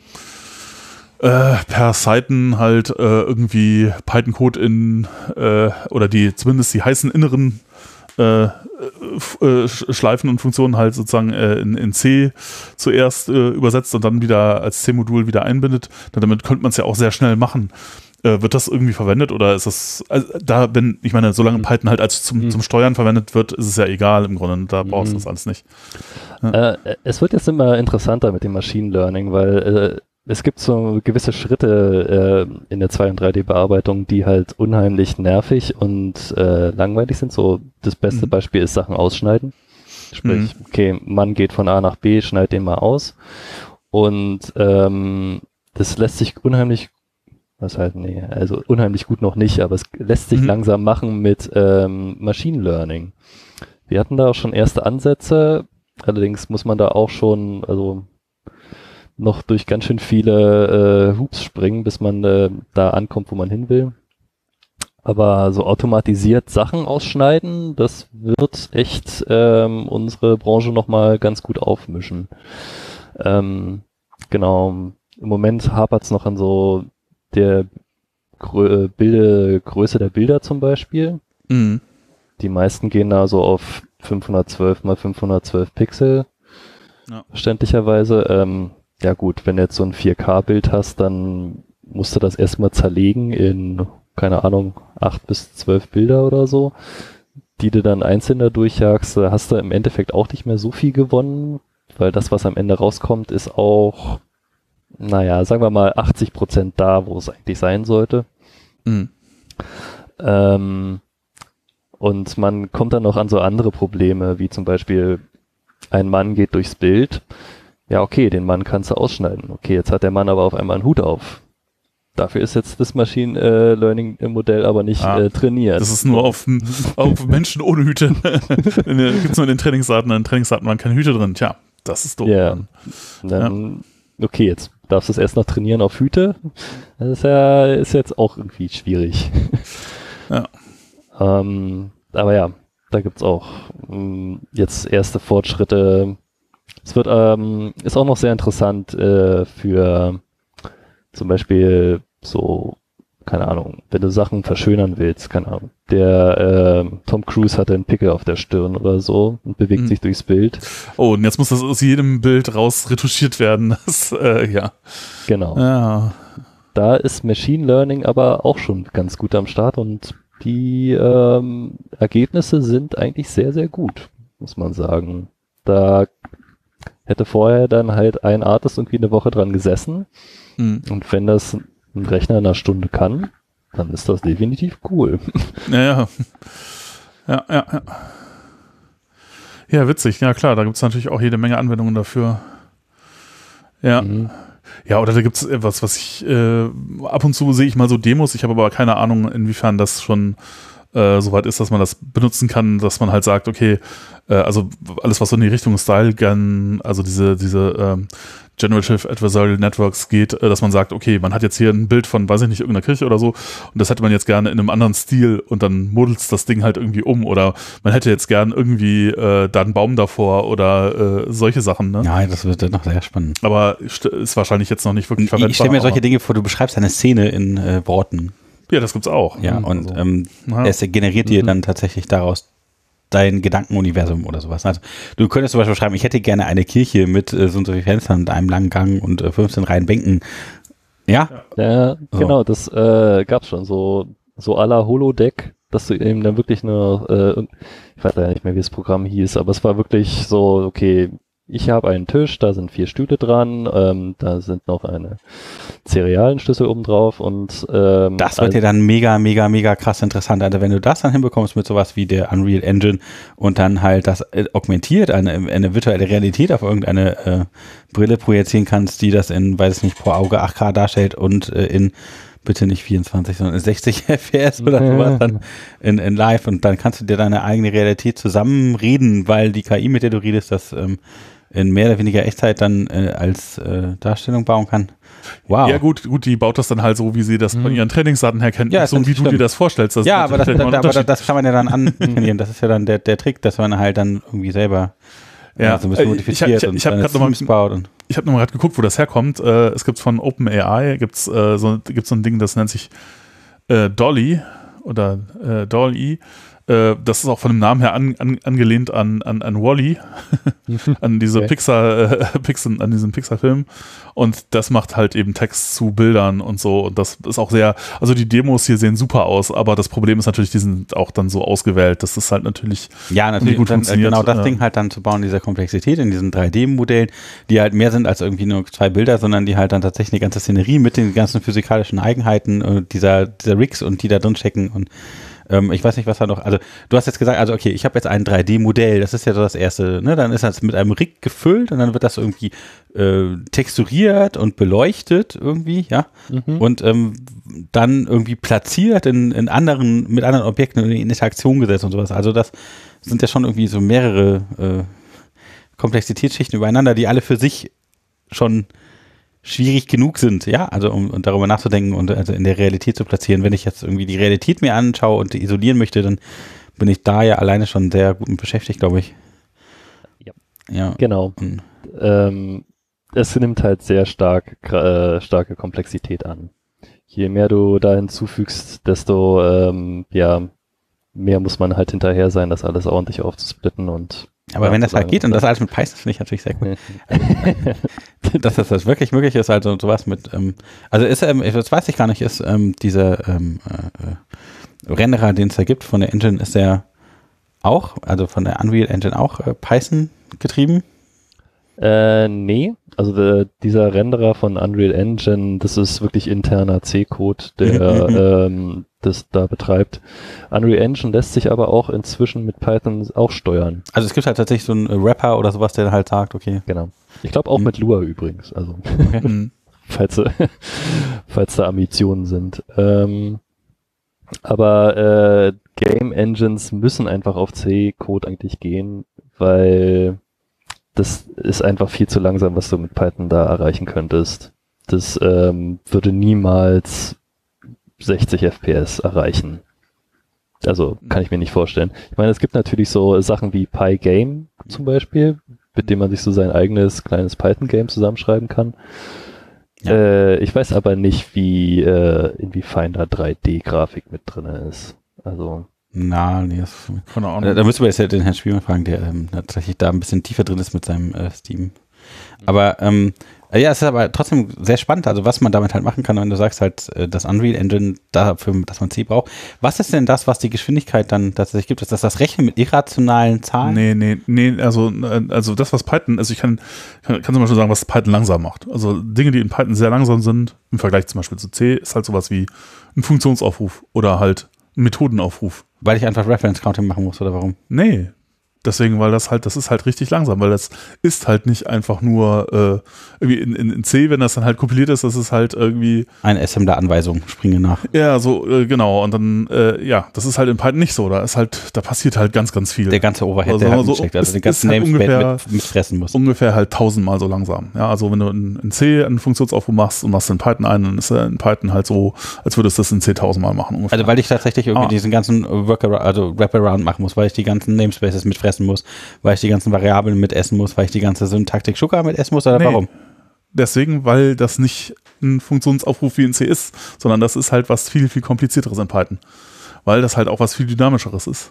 äh, per Seiten halt äh, irgendwie Python-Code in äh, oder die zumindest die heißen inneren äh, äh, Schleifen und Funktionen halt sozusagen äh, in, in C zuerst äh, übersetzt und dann wieder als C-Modul wieder einbindet. Damit könnte man es ja auch sehr schnell machen. Äh, wird das irgendwie verwendet oder ist das, also da, wenn, ich meine, solange Python halt als zum, mhm. zum Steuern verwendet wird, ist es ja egal im Grunde, da brauchst du mhm. das alles nicht. Ja. Äh, es wird jetzt immer interessanter mit dem Machine Learning, weil äh, es gibt so gewisse Schritte äh, in der zwei- und drei D-Bearbeitung, die halt unheimlich nervig und äh, langweilig sind. So das beste mhm. Beispiel ist Sachen ausschneiden. Sprich, mhm. okay, man geht von A nach B, schneidet den mal aus und ähm, das lässt sich unheimlich Was halt, nee, also unheimlich gut noch nicht, aber es lässt sich mhm. langsam machen mit ähm, Machine Learning. Wir hatten da auch schon erste Ansätze, allerdings muss man da auch schon, also noch durch ganz schön viele äh, Hoops springen, bis man äh, da ankommt, wo man hin will. Aber so automatisiert Sachen ausschneiden, das wird echt ähm, unsere Branche nochmal ganz gut aufmischen. Ähm, genau, im Moment hapert es noch an so der Grö- Bilde, Größe der Bilder zum Beispiel. Mhm. Die meisten gehen da so auf fünfhundertzwölf mal fünfhundertzwölf Pixel, ja. verständlicherweise. Ähm, ja gut, wenn du jetzt so ein vier K Bild hast, dann musst du das erstmal zerlegen in, keine Ahnung, acht bis zwölf Bilder oder so, die du dann einzeln da durchjagst. Da hast du im Endeffekt auch nicht mehr so viel gewonnen, weil das, was am Ende rauskommt, ist auch, naja, sagen wir mal achtzig Prozent da, wo es eigentlich sein sollte. Mhm. Ähm, und man kommt dann noch an so andere Probleme, wie zum Beispiel ein Mann geht durchs Bild. Ja, okay, den Mann kannst du ausschneiden. Okay, jetzt hat der Mann aber auf einmal einen Hut auf. Dafür ist jetzt das Machine äh, Learning Modell aber nicht ah, äh, trainiert. Das ist nur auf, auf Menschen ohne Hüte. Gibt es nur in den Trainingsdaten, in den Trainingsdaten waren keine Hüte drin. Tja, das ist doof. Yeah. Dann, ja. Okay, jetzt darfst du es erst noch trainieren auf Hüte. Das ist ja ist jetzt auch irgendwie schwierig. Ja. ähm, aber ja, da gibt's auch mh, jetzt erste Fortschritte. Es wird ähm, ist auch noch sehr interessant äh, für zum Beispiel so, keine Ahnung, wenn du Sachen verschönern willst, keine Ahnung. Der äh, Tom Cruise hatte einen Pickel auf der Stirn oder so und bewegt mhm. sich durchs Bild. Oh, und jetzt muss das aus jedem Bild raus retuschiert werden. Das, äh, ja. Genau. Ja. Da ist Machine Learning aber auch schon ganz gut am Start und die ähm, Ergebnisse sind eigentlich sehr, sehr gut, muss man sagen. Da hätte vorher dann halt ein Artist irgendwie eine Woche dran gesessen. Mhm. Und wenn das ein Rechner in einer Stunde kann, dann ist das definitiv cool. Ja, ja. Ja, ja, ja. Ja, witzig. Ja, klar, da gibt es natürlich auch jede Menge Anwendungen dafür. Ja. Mhm. Ja, oder da gibt es etwas, was ich äh, ab und zu sehe ich mal so Demos, ich habe aber keine Ahnung, inwiefern das schon äh, soweit ist, dass man das benutzen kann, dass man halt sagt, okay, äh, also alles, was so in die Richtung Style Gun, also diese, diese ähm, Generative Adversarial Networks geht, äh, dass man sagt, okay, man hat jetzt hier ein Bild von, weiß ich nicht, irgendeiner Kirche oder so und das hätte man jetzt gerne in einem anderen Stil und dann modelt das Ding halt irgendwie um oder man hätte jetzt gern irgendwie äh, da einen Baum davor oder äh, solche Sachen. Ne? Ja, das wird noch sehr spannend. Aber ist wahrscheinlich jetzt noch nicht wirklich verwendbar. Ich stelle mir solche Dinge vor, du beschreibst eine Szene in äh, Worten. Ja, das gibt's auch. Ja, und also. ähm, es generiert dir mhm. dann tatsächlich daraus dein Gedankenuniversum oder sowas. Also du könntest zum Beispiel schreiben, ich hätte gerne eine Kirche mit äh, so und so vielen Fenstern und einem langen Gang und äh, fünfzehn Reihen Bänken. Ja? Ja, so. Genau, das äh, gab's schon. So, so à la Holodeck, dass du eben dann wirklich nur, äh, ich weiß ja nicht mehr, wie das Programm hieß, aber es war wirklich so, okay, ich habe einen Tisch, da sind vier Stühle dran, ähm, da sind noch eine Cerealenschlüssel oben drauf und ähm, das wird dir dann mega, mega, mega krass interessant. Also wenn du das dann hinbekommst mit sowas wie der Unreal Engine und dann halt das äh, augmentiert, eine, eine virtuelle Realität auf irgendeine äh, Brille projizieren kannst, die das in, weiß ich nicht, pro Auge acht K darstellt und äh, in bitte nicht vierundzwanzig, sondern sechzig F P S oder sowas dann in, in live und dann kannst du dir deine eigene Realität zusammenreden, weil die K I, mit der du redest, das ähm, in mehr oder weniger Echtzeit dann äh, als äh, Darstellung bauen kann. Wow. Ja gut, gut, die baut das dann halt so, wie sie das mhm. von ihren Trainingsdaten her kennt, ja, so wie du dir das vorstellst. Das ja, aber das, da, aber das kann man ja dann antrainieren. Das ist ja dann der, der Trick, dass man halt dann irgendwie selber ja, äh, so ein bisschen modifiziert ich, ich, ich, ich und hab Teams noch mal, baut. Und ich habe nochmal gerade geguckt, wo das herkommt. Äh, es gibt von OpenAI gibt's, äh, so, gibt's so ein Ding, das nennt sich äh, Dolly oder äh, Dolly. Das ist auch von dem Namen her an, an, angelehnt an, an, an Wall-E, an diese okay. Pixar, äh, Pixar, an diesem Pixar-Film. Und das macht halt eben Text zu Bildern und so. Und das ist auch sehr, also die Demos hier sehen super aus, aber das Problem ist natürlich, die sind auch dann so ausgewählt, dass das halt natürlich ja, natürlich gut dann, funktioniert. Genau das ja. Ding halt dann zu bauen, dieser Komplexität in diesen drei D-Modellen, die halt mehr sind als irgendwie nur zwei Bilder, sondern die halt dann tatsächlich eine ganze Szenerie mit den ganzen physikalischen Eigenheiten äh, dieser, dieser Rigs und die da drin stecken und ich weiß nicht, was da noch, also du hast jetzt gesagt, also okay, ich habe jetzt ein drei D-Modell, das ist ja so das erste, ne, dann ist das mit einem Rig gefüllt und dann wird das irgendwie äh, texturiert und beleuchtet irgendwie, ja, mhm. und ähm, dann irgendwie platziert in, in anderen, mit anderen Objekten in Interaktion gesetzt und sowas, also das sind ja schon irgendwie so mehrere äh, Komplexitätsschichten übereinander, die alle für sich schon schwierig genug sind, ja, also um, um darüber nachzudenken und also in der Realität zu platzieren. Wenn ich jetzt irgendwie die Realität mir anschaue und isolieren möchte, dann bin ich da ja alleine schon sehr gut mit beschäftigt, glaube ich. Ja, ja. Genau. Und ähm, es nimmt halt sehr stark äh, starke Komplexität an. Je mehr du da hinzufügst, desto ähm, ja, mehr muss man halt hinterher sein, das alles ordentlich aufzusplitten und aber ja, wenn das halt geht und das alles mit Python, finde ich natürlich sehr gut. Dass das, das wirklich möglich ist, also sowas mit, ähm, also ist, ähm, das weiß ich gar nicht, ist ähm, dieser ähm, äh, Renderer, den es da gibt von der Engine, ist der auch, also von der Unreal Engine auch äh, Python getrieben? Äh, nee, also der, dieser Renderer von Unreal Engine, das ist wirklich interner C-Code, der ähm, das da betreibt. Unreal Engine lässt sich aber auch inzwischen mit Python auch steuern. Also es gibt halt tatsächlich so einen Rapper oder sowas, der halt sagt, okay. Genau. Ich glaube auch mhm. mit Lua übrigens, also okay. falls, falls da Ambitionen sind. Ähm, aber äh, Game Engines müssen einfach auf C-Code eigentlich gehen, weil das ist einfach viel zu langsam, was du mit Python da erreichen könntest. Das ähm, würde niemals sechzig F P S erreichen. Also kann ich mir nicht vorstellen. Ich meine, es gibt natürlich so Sachen wie Pygame zum Beispiel, mit dem man sich so sein eigenes kleines Python-Game zusammenschreiben kann. Ja. Äh, ich weiß aber nicht, wie äh, inwiefern da drei D-Grafik mit drin ist. Also Na, nee, das, keine Ahnung. Da, da müssen wir jetzt ja den Herrn Spielmann fragen, der ähm, tatsächlich da ein bisschen tiefer drin ist mit seinem äh, Steam. Aber ähm, ja, es ist aber trotzdem sehr spannend, also was man damit halt machen kann, wenn du sagst halt, äh, das Unreal Engine dafür, dass man C braucht. Was ist denn das, was die Geschwindigkeit dann tatsächlich gibt? Ist das das Rechnen mit irrationalen Zahlen? Nee, nee, nee, also, also das, was Python, also ich kann, kann, kann zum Beispiel sagen, was Python langsam macht. Also Dinge, die in Python sehr langsam sind, im Vergleich zum Beispiel zu C, ist halt sowas wie ein Funktionsaufruf oder halt ein Methodenaufruf. Weil ich einfach Reference Counting machen muss, oder warum? Nee, deswegen, weil das halt, das ist halt richtig langsam, weil das ist halt nicht einfach nur äh, irgendwie in, in, in C, wenn das dann halt kompiliert ist, das ist halt irgendwie eine Assembler-Anweisung, springe nach. Ja, so, äh, genau, und dann, äh, ja, das ist halt in Python nicht so, da ist halt, da passiert halt ganz, ganz viel. Der ganze Overhead, also, der halt so, steckt, also ist, den ganzen halt Namespace mit, mitfressen muss. Ungefähr halt tausendmal so langsam, ja, also wenn du in, in C einen Funktionsaufruf machst und machst in Python einen, dann ist er in Python halt so, als würdest du das in C tausendmal machen ungefähr. Also weil ich tatsächlich irgendwie ah. diesen ganzen Workaround, also Wraparound machen muss, weil ich die ganzen Namespaces mitfressen muss, weil ich die ganzen Variablen mitessen muss, weil ich die ganze Syntaktik Sugar mitessen muss, oder nee, warum? Deswegen, weil das nicht ein Funktionsaufruf wie in C ist, sondern das ist halt was viel, viel komplizierteres in Python. Weil das halt auch was viel dynamischeres ist.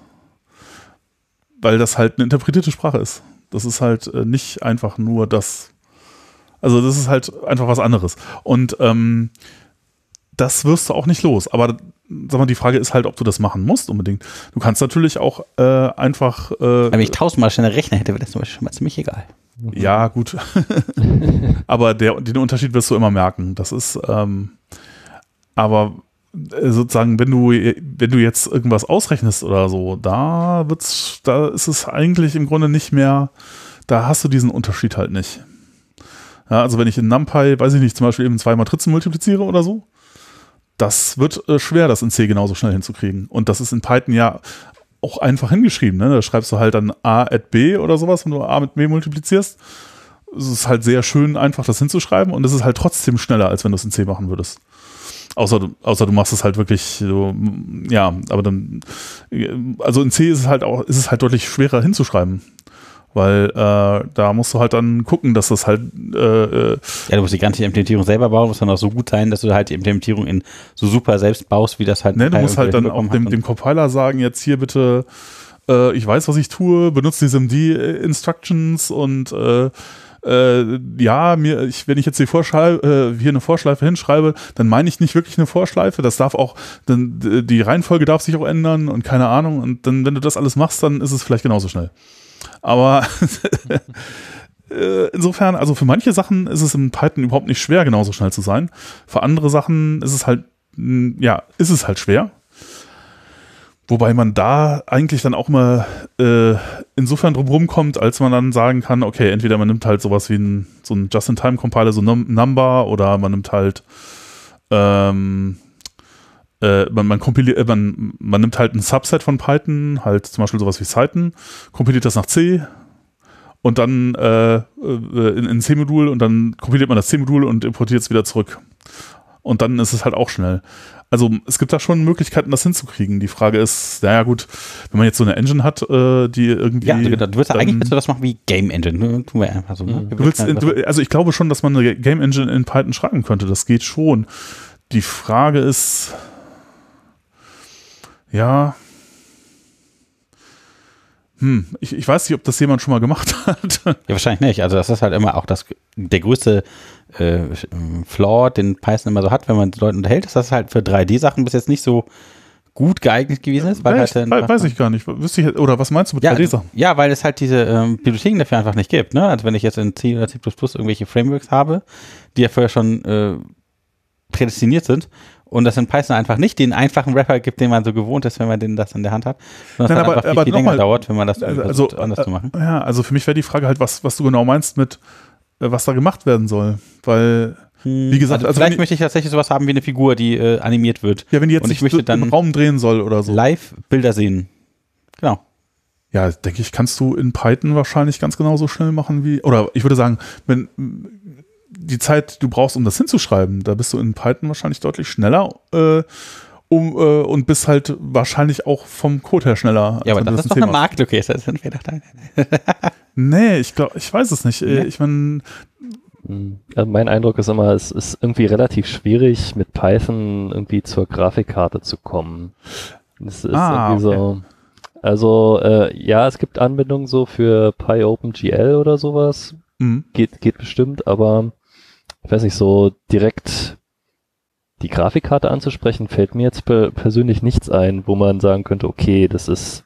Weil das halt eine interpretierte Sprache ist. Das ist halt äh, nicht einfach nur das, also das ist halt einfach was anderes. Und ähm, das wirst du auch nicht los. Aber sag mal, die Frage ist halt, ob du das machen musst unbedingt. Du kannst natürlich auch äh, einfach äh, wenn ich tausendmal schneller rechnen hätte, wäre das zum Beispiel schon mal ziemlich egal. Ja, gut. Aber der, den Unterschied wirst du immer merken. Das ist, ähm, aber sozusagen, wenn du, wenn du jetzt irgendwas ausrechnest oder so, da wird's, da ist es eigentlich im Grunde nicht mehr, da hast du diesen Unterschied halt nicht. Ja, also wenn ich in NumPy, weiß ich nicht, zum Beispiel eben zwei Matrizen multipliziere oder so, das wird äh, schwer, das in C genauso schnell hinzukriegen. Und das ist in Python ja auch einfach hingeschrieben. Ne? Da schreibst du halt dann A at B oder sowas, wenn du A mit B multiplizierst. Es ist halt sehr schön, einfach das hinzuschreiben und es ist halt trotzdem schneller, als wenn du es in C machen würdest. Außer du, außer du machst es halt wirklich so, ja, aber dann, also in C ist es halt auch, ist es halt deutlich schwerer hinzuschreiben. Weil äh, da musst du halt dann gucken, dass das halt äh, ja, du musst die ganze Implementierung selber bauen, muss dann auch so gut sein, dass du halt die Implementierung in so super selbst baust, wie das halt ne, du musst halt dann auch dem, dem Compiler sagen, jetzt hier bitte, äh, ich weiß, was ich tue, benutze die S I M D-Instructions und äh, äh, ja, mir, ich, wenn ich jetzt die Vorschleife, äh, hier eine Vorschleife hinschreibe, dann meine ich nicht wirklich eine Vorschleife, das darf auch, dann, die Reihenfolge darf sich auch ändern und keine Ahnung und dann, wenn du das alles machst, dann ist es vielleicht genauso schnell. Aber insofern, also für manche Sachen ist es in Python überhaupt nicht schwer, genauso schnell zu sein. Für andere Sachen ist es halt, ja, ist es halt schwer. Wobei man da eigentlich dann auch mal äh, insofern drum rumkommt, als man dann sagen kann, okay, entweder man nimmt halt sowas wie ein, so ein Just-in-Time-Compiler, so Num- Number, oder man nimmt halt ähm, Äh, man, man, kompiliert, man, man nimmt halt ein Subset von Python, halt zum Beispiel sowas wie Cython, kompiliert das nach C und dann äh, in, in ein C-Modul und dann kompiliert man das C-Modul und importiert es wieder zurück. Und dann ist es halt auch schnell. Also es gibt da schon Möglichkeiten, das hinzukriegen. Die Frage ist, naja gut, wenn man jetzt so eine Engine hat, äh, die irgendwie... Ja, du, du würdest dann, eigentlich willst du das machen wie Game Engine. Ne? Tun wir einfach so. Ne? Du willst, du, also ich glaube schon, dass man eine Game Engine in Python schreiben könnte. Das geht schon. Die Frage ist... Ja... Hm, ich, ich weiß nicht, ob das jemand schon mal gemacht hat. Ja, wahrscheinlich nicht. Also das ist halt immer auch das, der größte äh, Flaw, den Python immer so hat, wenn man Leute unterhält, ist, dass es halt für drei D-Sachen bis jetzt nicht so gut geeignet gewesen ist. Weil weiß, halt dann, weiß ich gar nicht. Wüsste ich, oder was meinst du mit ja, drei D-Sachen? Ja, weil es halt diese ähm, Bibliotheken dafür einfach nicht gibt. Ne? Also wenn ich jetzt in C oder C plus plus irgendwelche Frameworks habe, die ja vorher schon äh, prädestiniert sind, und das in Python einfach nicht den einfachen Wrapper gibt, den man so gewohnt ist, wenn man den das in der Hand hat. Sondern Nein, es aber, einfach viel, aber viel länger mal, dauert, wenn man das also, versucht, also, anders äh, zu machen. Ja, also für mich wäre die Frage halt, was, was du genau meinst mit, äh, was da gemacht werden soll. Weil, hm, wie gesagt, also, also vielleicht ich, möchte ich tatsächlich sowas haben wie eine Figur, die äh, animiert wird. Ja, wenn die jetzt und ich nicht möchte dann im Raum drehen soll oder so. Live Bilder sehen. Genau. Ja, denke ich, kannst du in Python wahrscheinlich ganz genauso schnell machen wie, oder ich würde sagen, wenn die Zeit, du brauchst, um das hinzuschreiben, da bist du in Python wahrscheinlich deutlich schneller äh, um, äh, und bist halt wahrscheinlich auch vom Code her schneller. Ja, aber das, das ist doch eine Marktlücke. Das sind wir doch da. Nee, ich glaube, ich weiß es nicht. Ja. Ich meine, also mein Eindruck ist immer, es ist irgendwie relativ schwierig, mit Python irgendwie zur Grafikkarte zu kommen. Das ist ah, irgendwie okay. so. Also, äh, ja, es gibt Anbindungen so für PyOpenGL oder sowas. Mhm. Geht, geht bestimmt, aber ich weiß nicht, so direkt die Grafikkarte anzusprechen, fällt mir jetzt per persönlich nichts ein, wo man sagen könnte, okay, das ist,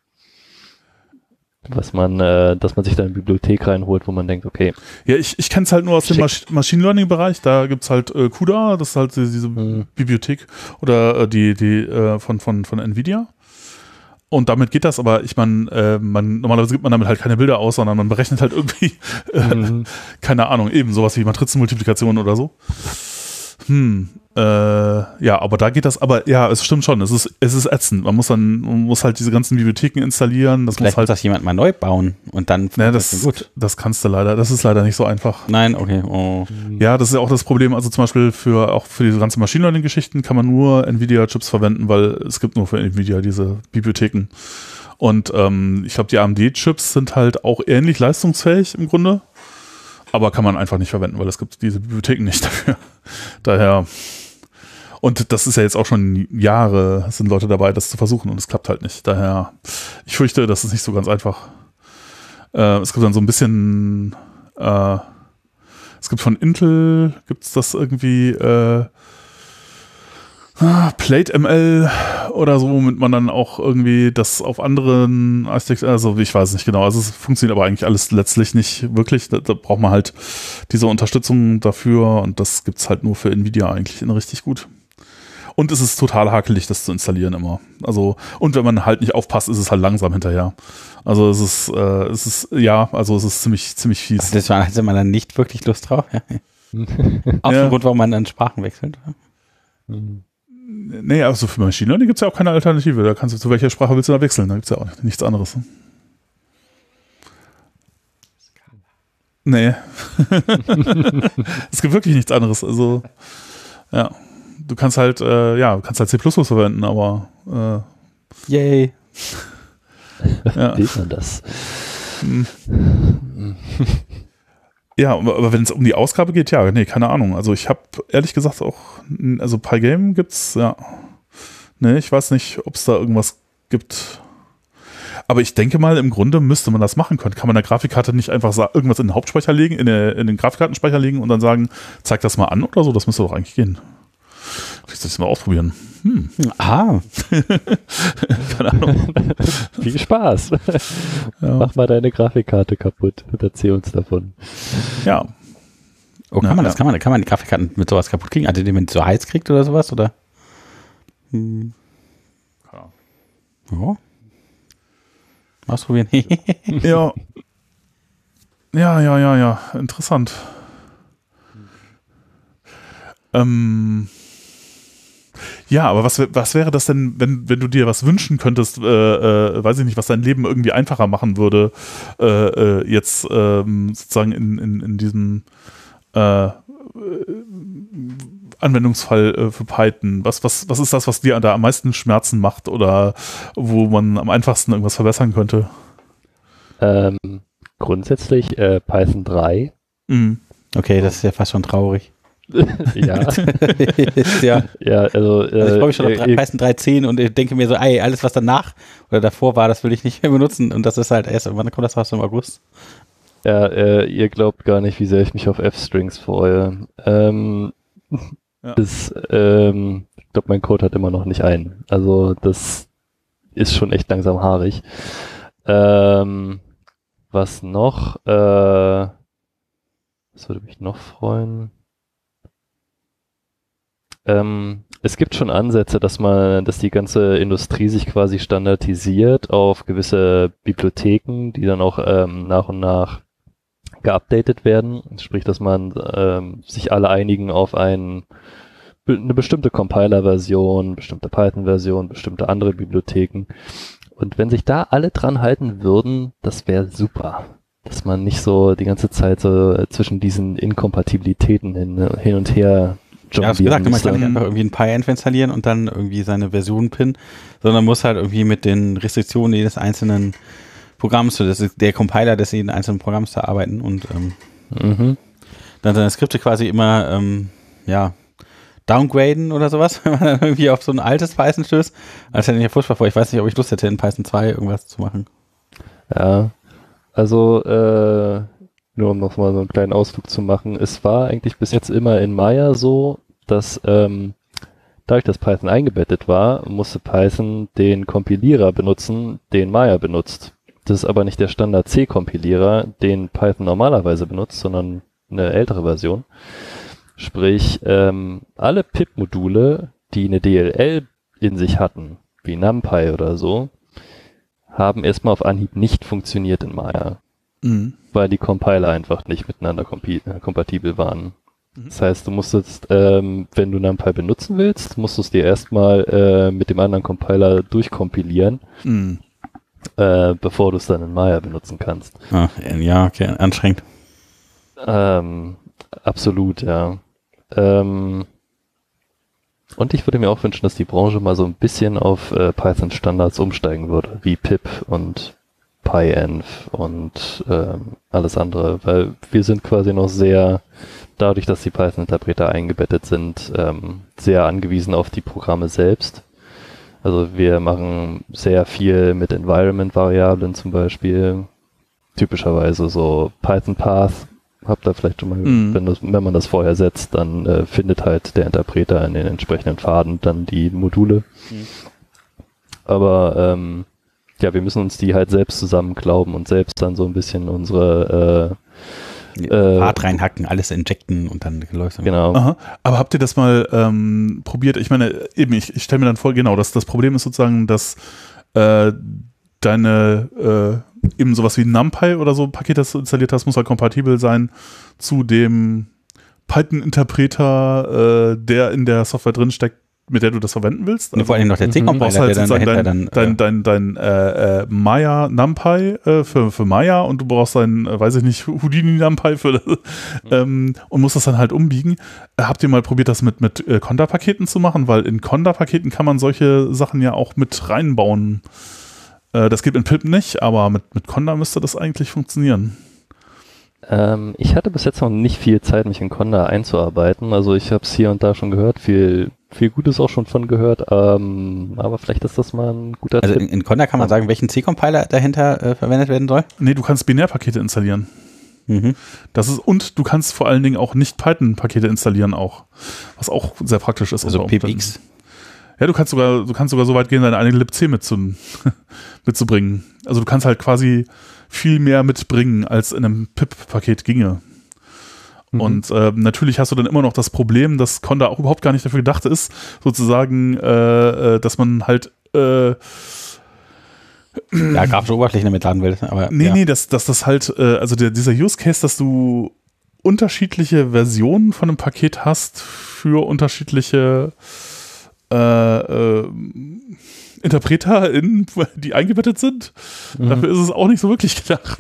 was man, äh, dass man sich da eine Bibliothek reinholt, wo man denkt, okay. Ja, ich, ich kenne es halt nur aus schick. dem Masch Machine Learning Bereich, da gibt es halt äh, CUDA, das ist halt diese mhm. Bibliothek oder äh, die, die äh, von, von, von Nvidia. Und damit geht das, aber ich meine, äh, man, normalerweise gibt man damit halt keine Bilder aus, sondern man berechnet halt irgendwie, äh, mhm. keine Ahnung, eben sowas wie Matrizenmultiplikation oder so. Hm, äh, ja, aber da geht das, aber ja, es stimmt schon, es ist, es ist ätzend. Man muss dann, man muss halt diese ganzen Bibliotheken installieren. Das Vielleicht muss halt muss das jemand mal neu bauen und dann. Ne, das, gut. das kannst du leider, das ist leider nicht so einfach. Nein, okay. Oh. Ja, das ist ja auch das Problem. Also zum Beispiel für auch für diese ganzen Machine Learning Geschichten kann man nur Nvidia-Chips verwenden, weil es gibt nur für Nvidia diese Bibliotheken. Und ähm, ich glaube, die A M D-Chips sind halt auch ähnlich leistungsfähig im Grunde. Aber kann man einfach nicht verwenden, weil es gibt diese Bibliotheken nicht dafür. Daher, und das ist ja jetzt auch schon Jahre, sind Leute dabei, das zu versuchen und es klappt halt nicht. Daher, ich fürchte, das ist nicht so ganz einfach. Äh, es gibt dann so ein bisschen, äh, es gibt von Intel, gibt es das irgendwie, äh, PlateML oder so, womit man dann auch irgendwie das auf anderen Architekturen, also ich weiß nicht genau, also es funktioniert aber eigentlich alles letztlich nicht wirklich, da, da braucht man halt diese Unterstützung dafür und das gibt es halt nur für Nvidia eigentlich in richtig gut. Und es ist total hakelig, das zu installieren immer. Also, und wenn man halt nicht aufpasst, ist es halt langsam hinterher. Also es ist, äh, es ist, ja, also es ist ziemlich, ziemlich fies. Also das war, hatte man dann nicht wirklich Lust drauf. Auch ja. Ein Grund, warum man dann Sprachen wechselt. Mhm. Nee, also für Machine Learning gibt es ja auch keine Alternative. Da kannst du, zu welcher Sprache willst du da wechseln? Da gibt es ja auch nichts anderes. Nee. Es gibt wirklich nichts anderes. Also, ja. Du kannst halt, äh, ja, du kannst halt C plus plus verwenden, aber äh, Yay. Ja. Wie man das? Hm. Ja, aber wenn es um die Ausgabe geht, ja, nee, keine Ahnung. Also ich habe ehrlich gesagt auch, also Pygame gibt's, ja. Nee, ich weiß nicht, ob es da irgendwas gibt. Aber ich denke mal, im Grunde müsste man das machen können. Kann man der Grafikkarte nicht einfach irgendwas in den Hauptspeicher legen, in, der, in den Grafikkartenspeicher legen und dann sagen, zeig das mal an oder so? Das müsste doch eigentlich gehen. Vielleicht soll ich es mal ausprobieren. Hm. Ah. Keine Ahnung. Viel Spaß. Ja. Mach mal deine Grafikkarte kaputt und erzähl uns davon. Ja. Oh, kann ja, man das? Ja. Kann man, kann man die Grafikkarten mit sowas kaputt kriegen? Also, indem man die so heiß kriegt oder sowas? Oder? Hm. Ja. Oh. Ausprobieren. Ja. Ja, ja, ja, ja. Interessant. Ähm. Ja, aber was, was wäre das denn, wenn, wenn du dir was wünschen könntest, äh, äh, weiß ich nicht, was dein Leben irgendwie einfacher machen würde, äh, äh, jetzt ähm, sozusagen in, in, in diesem äh, Anwendungsfall äh, für Python? Was, was, was ist das, was dir da am meisten Schmerzen macht oder wo man am einfachsten irgendwas verbessern könnte? Ähm, grundsätzlich äh, Python drei. Mhm. Okay, das ist ja fast schon traurig. ja. ja. ja, also, äh, also ich freue mich schon auf äh, Python drei Punkt zehn und ich denke mir so, ey, alles was danach oder davor war, das will ich nicht mehr benutzen und das ist halt erst, wann kommt das raus, im August? Ja, äh, ihr glaubt gar nicht, wie sehr ich mich auf F-Strings freue. Ähm, ja. das, ähm, ich glaube, mein Code hat immer noch nicht einen. Also das ist schon echt langsam haarig. Ähm, was noch? Äh, was würde mich noch freuen? Ähm, es gibt schon Ansätze, dass man, dass die ganze Industrie sich quasi standardisiert auf gewisse Bibliotheken, die dann auch ähm, nach und nach geupdatet werden. Sprich, dass man ähm, sich alle einigen auf ein, eine bestimmte Compiler-Version, bestimmte Python-Version, bestimmte andere Bibliotheken. Und wenn sich da alle dran halten würden, das wäre super. Dass man nicht so die ganze Zeit so zwischen diesen Inkompatibilitäten hin, hin und her ja, wie gesagt, man kann nicht einfach irgendwie ein PyEnv installieren und dann irgendwie seine Version pinnen, sondern muss halt irgendwie mit den Restriktionen jedes einzelnen Programms, das ist der Compiler des jeden einzelnen Programms zu arbeiten und ähm, mhm. dann seine Skripte quasi immer ähm, ja, downgraden oder sowas, wenn man dann irgendwie auf so ein altes Python stößt. Das hätte ich ja furchtbar vor. Ich weiß nicht, ob ich Lust hätte, in Python zwei irgendwas zu machen. Ja, also äh, nur um noch mal so einen kleinen Ausflug zu machen, es war eigentlich bis jetzt immer in Maya so, dass ähm, dadurch, dass Python eingebettet war, musste Python den Kompilierer benutzen, den Maya benutzt. Das ist aber nicht der Standard-C-Kompilierer, den Python normalerweise benutzt, sondern eine ältere Version. Sprich, ähm, alle Pip-Module, die eine D L L in sich hatten, wie NumPy oder so, haben erstmal auf Anhieb nicht funktioniert in Maya, mhm. weil die Compiler einfach nicht miteinander kompi- kompatibel waren. Mhm. Das heißt, du musstest, ähm, wenn du NumPy benutzen willst, musst du es dir erstmal äh, mit dem anderen Compiler durchkompilieren. Mhm. Äh, bevor du es dann in Maya benutzen kannst. Ah, ja, okay, anstrengend. Ähm, absolut, ja. Ähm, und ich würde mir auch wünschen, dass die Branche mal so ein bisschen auf äh, Python-Standards umsteigen würde, wie Pip und PyEnv und ähm, alles andere, weil wir sind quasi noch sehr, dadurch, dass die Python-Interpreter eingebettet sind, ähm, sehr angewiesen auf die Programme selbst. Also wir machen sehr viel mit Environment-Variablen zum Beispiel. Typischerweise so Python-Path. Habt ihr vielleicht schon mal, mm. wenn, das, wenn man das vorher setzt, dann äh, findet halt der Interpreter in den entsprechenden Pfaden dann die Module. Mm. Aber ähm, ja, wir müssen uns die halt selbst zusammenklauben und selbst dann so ein bisschen unsere äh, Pfad reinhacken, alles injecten und dann läuft Genau. Aha. Aber habt ihr das mal ähm, probiert? Ich meine, eben, ich, ich stelle mir dann vor, genau, das, das Problem ist sozusagen, dass äh, deine äh, eben sowas wie NumPy oder so Paket, das du installiert hast, muss halt kompatibel sein zu dem Python-Interpreter, äh, der in der Software drinsteckt, mit der du das verwenden willst. Also, vor allem noch der C-Compiler, halt der dann dahinter dein, dann... Dein, dein, dein, dein äh, Maya NumPy äh, für, für Maya und du brauchst dein, äh, weiß ich nicht, Houdini NumPy für das, mhm. ähm, und musst das dann halt umbiegen. Äh, habt ihr mal probiert, das mit, mit äh, Conda-Paketen zu machen? Weil in Conda-Paketen kann man solche Sachen ja auch mit reinbauen. Äh, das geht in Pip nicht, aber mit, mit Conda müsste das eigentlich funktionieren. Ähm, ich hatte bis jetzt noch nicht viel Zeit, mich in Conda einzuarbeiten. Also ich habe es hier und da schon gehört, viel viel Gutes auch schon von gehört, ähm, aber vielleicht ist das mal ein guter Also Tipp. in, in Conda kann man sagen, welchen C-Compiler dahinter äh, verwendet werden soll? Nee, du kannst Binärpakete installieren. Mhm. Das ist, und du kannst vor allen Dingen auch Nicht-Python-Pakete installieren auch, was auch sehr praktisch ist. Also pipx. Ja, du kannst sogar, du kannst sogar so weit gehen, deine eigene libc mitzu, mitzubringen. Also du kannst halt quasi viel mehr mitbringen, als in einem Pip-Paket ginge. Mhm. Und äh, natürlich hast du dann immer noch das Problem, dass Conda auch überhaupt gar nicht dafür gedacht ist, sozusagen, äh, dass man halt äh, ja, grafische Oberflächen damit laden will. Aber, nee, ja. nee, dass, dass das halt, äh, also der, dieser Use Case, dass du unterschiedliche Versionen von einem Paket hast für unterschiedliche äh, äh, Interpreter, in, die eingebettet sind. Mhm. Dafür ist es auch nicht so wirklich gedacht.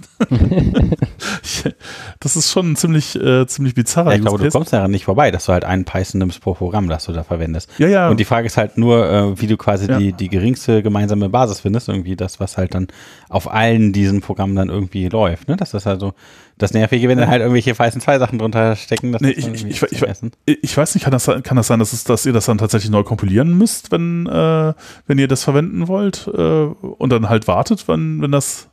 Das ist schon ziemlich, äh, ziemlich bizarr. Ja, ich glaube, du kommst daran nicht vorbei, dass du halt einen Python-Nimmst pro Programm, das du da verwendest. Ja, ja. Und die Frage ist halt nur, äh, wie du quasi ja. die, die geringste gemeinsame Basis findest, irgendwie das, was halt dann auf allen diesen Programmen dann irgendwie läuft. Ne? Das ist also das Nervige, wenn dann halt irgendwelche Python zwei Sachen drunter stecken. Das nee, ich, ich, ich, ich, ich weiß nicht, kann das, kann das sein, dass, es, dass ihr das dann tatsächlich neu kompilieren müsst, wenn, äh, wenn ihr das verwenden wollt äh, und dann halt wartet, wenn, wenn das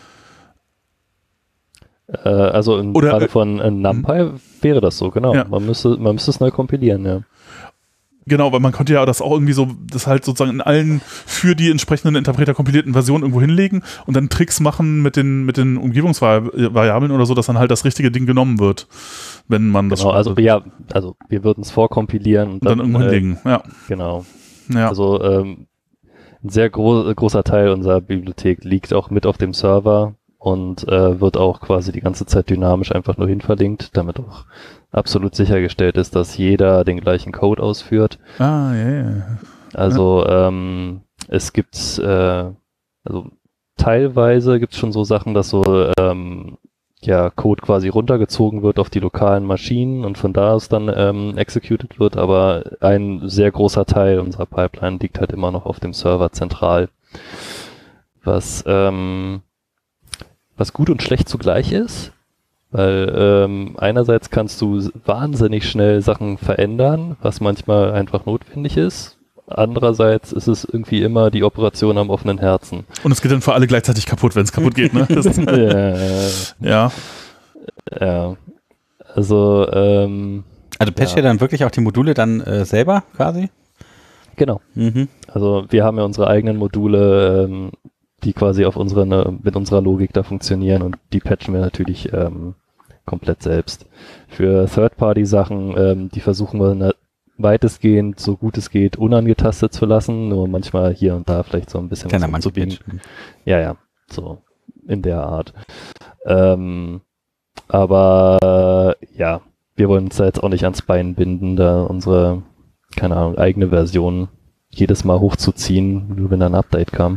äh, also im Oder, Fall von äh, NumPy wäre das so, genau. Ja. Man müsste, man müsste es neu kompilieren, ja. Genau, weil man konnte ja das auch irgendwie so, das halt sozusagen in allen für die entsprechenden Interpreter kompilierten Versionen irgendwo hinlegen und dann Tricks machen mit den, mit den Umgebungsvariablen oder so, dass dann halt das richtige Ding genommen wird, wenn man das genau, also ja, also wir würden es vorkompilieren und, und dann, dann irgendwo äh, hinlegen, ja. Genau. Ja. Also ähm, ein sehr gro- großer Teil unserer Bibliothek liegt auch mit auf dem Server und äh, wird auch quasi die ganze Zeit dynamisch einfach nur hinverlinkt, damit auch absolut sichergestellt ist, dass jeder den gleichen Code ausführt. Ah, ja, ja. Also ja. ähm, es gibt, äh, also teilweise gibt es schon so Sachen, dass so ähm, ja Code quasi runtergezogen wird auf die lokalen Maschinen und von da aus dann ähm, executed wird, aber ein sehr großer Teil unserer Pipeline liegt halt immer noch auf dem Server zentral. Was, ähm, was gut und schlecht zugleich ist. Weil ähm, einerseits kannst du wahnsinnig schnell Sachen verändern, was manchmal einfach notwendig ist. Andererseits ist es irgendwie immer die Operation am offenen Herzen. Und es geht dann für alle gleichzeitig kaputt, wenn es kaputt geht, ne? Das, ja. ja. Ja. Also, ähm, Also patcht ja. ihr dann wirklich auch die Module dann äh, selber quasi? Genau. Mhm. Also wir haben ja unsere eigenen Module, ähm, die quasi auf unsere, ne, mit unserer Logik da funktionieren und die patchen wir natürlich ähm, komplett selbst. Für Third-Party-Sachen, ähm, die versuchen wir ne, weitestgehend, so gut es geht, unangetastet zu lassen, nur manchmal hier und da vielleicht so ein bisschen Kleiner was umzubiegen. Ja, ja, so in der Art. Ähm, aber äh, ja, wir wollen uns da jetzt auch nicht ans Bein binden, da unsere, keine Ahnung, eigene Version jedes Mal hochzuziehen, nur wenn da ein Update kam.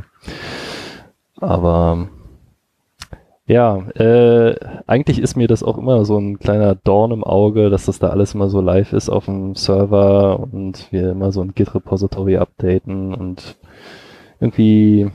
Aber ja, äh, eigentlich ist mir das auch immer so ein kleiner Dorn im Auge, dass das da alles immer so live ist auf dem Server und wir immer so ein Git-Repository updaten und irgendwie,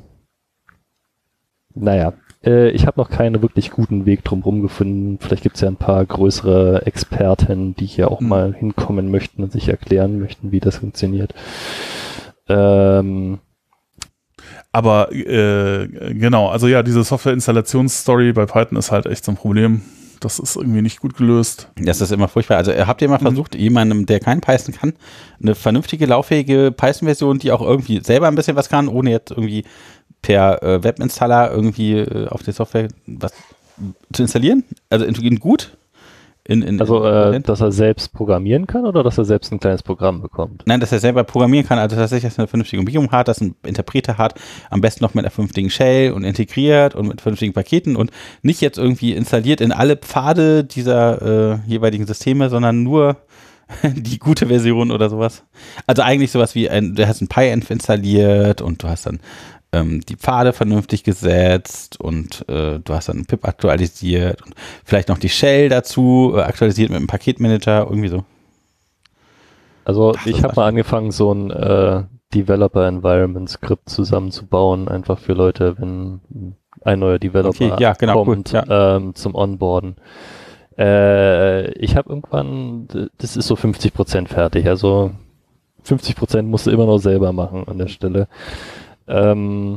naja, äh, ich habe noch keinen wirklich guten Weg drumherum gefunden. Vielleicht gibt es ja ein paar größere Experten, die hier auch mhm. mal hinkommen möchten und sich erklären möchten, wie das funktioniert. Ähm, Aber äh, genau, also ja, diese Software-Installationsstory bei Python ist halt echt so ein Problem. Das ist irgendwie nicht gut gelöst. Das ist immer furchtbar. Also habt ihr mal versucht, mhm. jemandem, der kein Python kann, eine vernünftige, lauffähige Python-Version, die auch irgendwie selber ein bisschen was kann, ohne jetzt irgendwie per äh, Webinstaller irgendwie äh, auf die Software was zu installieren? Also intelligent gut? In, in, also, äh, dass er selbst programmieren kann oder dass er selbst ein kleines Programm bekommt? Nein, dass er selber programmieren kann, also dass er eine vernünftige Umgebung hat, dass er einen Interpreter hat, am besten noch mit einer vernünftigen Shell und integriert und mit vernünftigen Paketen und nicht jetzt irgendwie installiert in alle Pfade dieser äh, jeweiligen Systeme, sondern nur die gute Version oder sowas. Also eigentlich sowas wie, ein, du hast ein PyEnv installiert und du hast dann ähm, die Pfade vernünftig gesetzt und äh, du hast dann pip aktualisiert und vielleicht noch die Shell dazu äh, aktualisiert mit einem Paketmanager, irgendwie so. Also Ach, ich habe mal angefangen, so ein äh, Developer-Environment-Skript zusammenzubauen, einfach für Leute, wenn ein neuer Developer okay, ja, genau, kommt, cool, ja. ähm, zum Onboarden. Äh, ich habe irgendwann, das ist so fünfzig Prozent fertig, also fünfzig Prozent musst du immer noch selber machen an der Stelle. Ähm,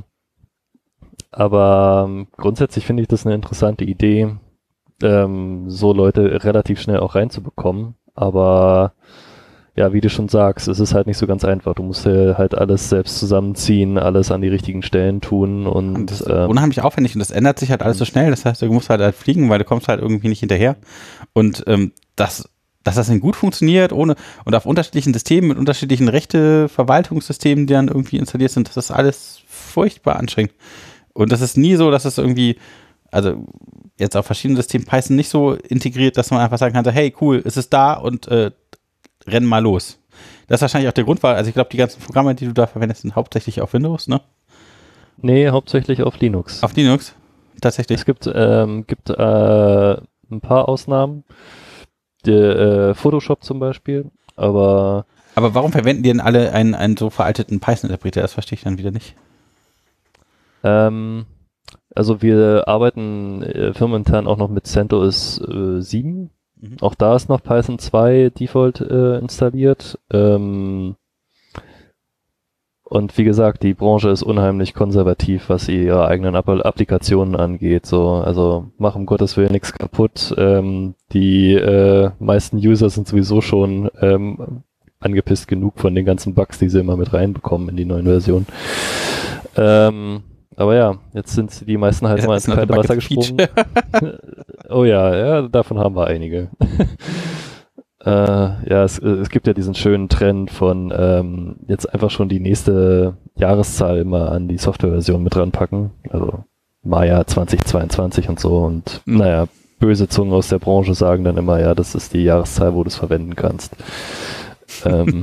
aber grundsätzlich finde ich das eine interessante Idee, ähm, so Leute relativ schnell auch reinzubekommen, aber ja, wie du schon sagst, es ist halt nicht so ganz einfach. Du musst ja halt alles selbst zusammenziehen, alles an die richtigen Stellen tun und, und das ist ähm, unheimlich aufwendig und das ändert sich halt alles so schnell. Das heißt, du musst halt, halt fliegen, weil du kommst halt irgendwie nicht hinterher. Und ähm, das, dass das dann gut funktioniert, ohne und auf unterschiedlichen Systemen mit unterschiedlichen Rechte-Verwaltungssystemen, die dann irgendwie installiert sind, das ist alles furchtbar anstrengend. Und das ist nie so, dass es irgendwie, also jetzt auf verschiedenen Systemen Python nicht so integriert, dass man einfach sagen kann, hey, cool, es ist da und äh, renn mal los. Das ist wahrscheinlich auch der Grund, weil, also ich glaube, die ganzen Programme, die du da verwendest, sind hauptsächlich auf Windows, ne? Nee, hauptsächlich auf Linux. Auf Linux? Tatsächlich? Es gibt, ähm, gibt äh, ein paar Ausnahmen. Der, äh, Photoshop zum Beispiel, aber... Aber warum verwenden die denn alle einen, einen so veralteten Python-Interpreter? Das verstehe ich dann wieder nicht. Ähm, also wir arbeiten äh, firmenintern auch noch mit CentOS äh, sieben. Mhm. Auch da ist noch Python zwei Default äh, installiert. Ähm, und wie gesagt, die Branche ist unheimlich konservativ, was ihre eigenen App- Applikationen angeht. So, also mach um Gottes Willen nichts kaputt. Ähm, die äh, meisten User sind sowieso schon ähm, angepisst genug von den ganzen Bugs, die sie immer mit reinbekommen in die neuen Versionen. Ähm, aber ja, jetzt sind die meisten halt ja, mal ins kalte Wasser gesprungen. Oh ja, ja, davon haben wir einige. äh, ja, es, es gibt ja diesen schönen Trend von ähm, jetzt einfach schon die nächste Jahreszahl immer an die Softwareversion mit ranpacken. Also Maya zweitausendzweiundzwanzig und so. Und mhm. naja, böse Zungen aus der Branche sagen dann immer, ja, das ist die Jahreszahl, wo du es verwenden kannst. ähm,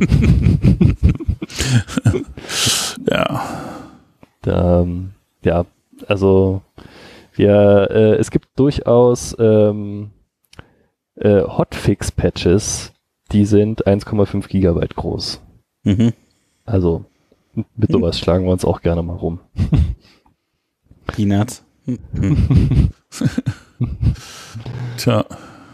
ja. Da, ja, also wir, äh, es gibt durchaus ähm, äh, Hotfix-Patches, die sind eins Komma fünf Gigabyte groß. Mhm. Also mit mhm. sowas schlagen wir uns auch gerne mal rum. Peanuts. Tja.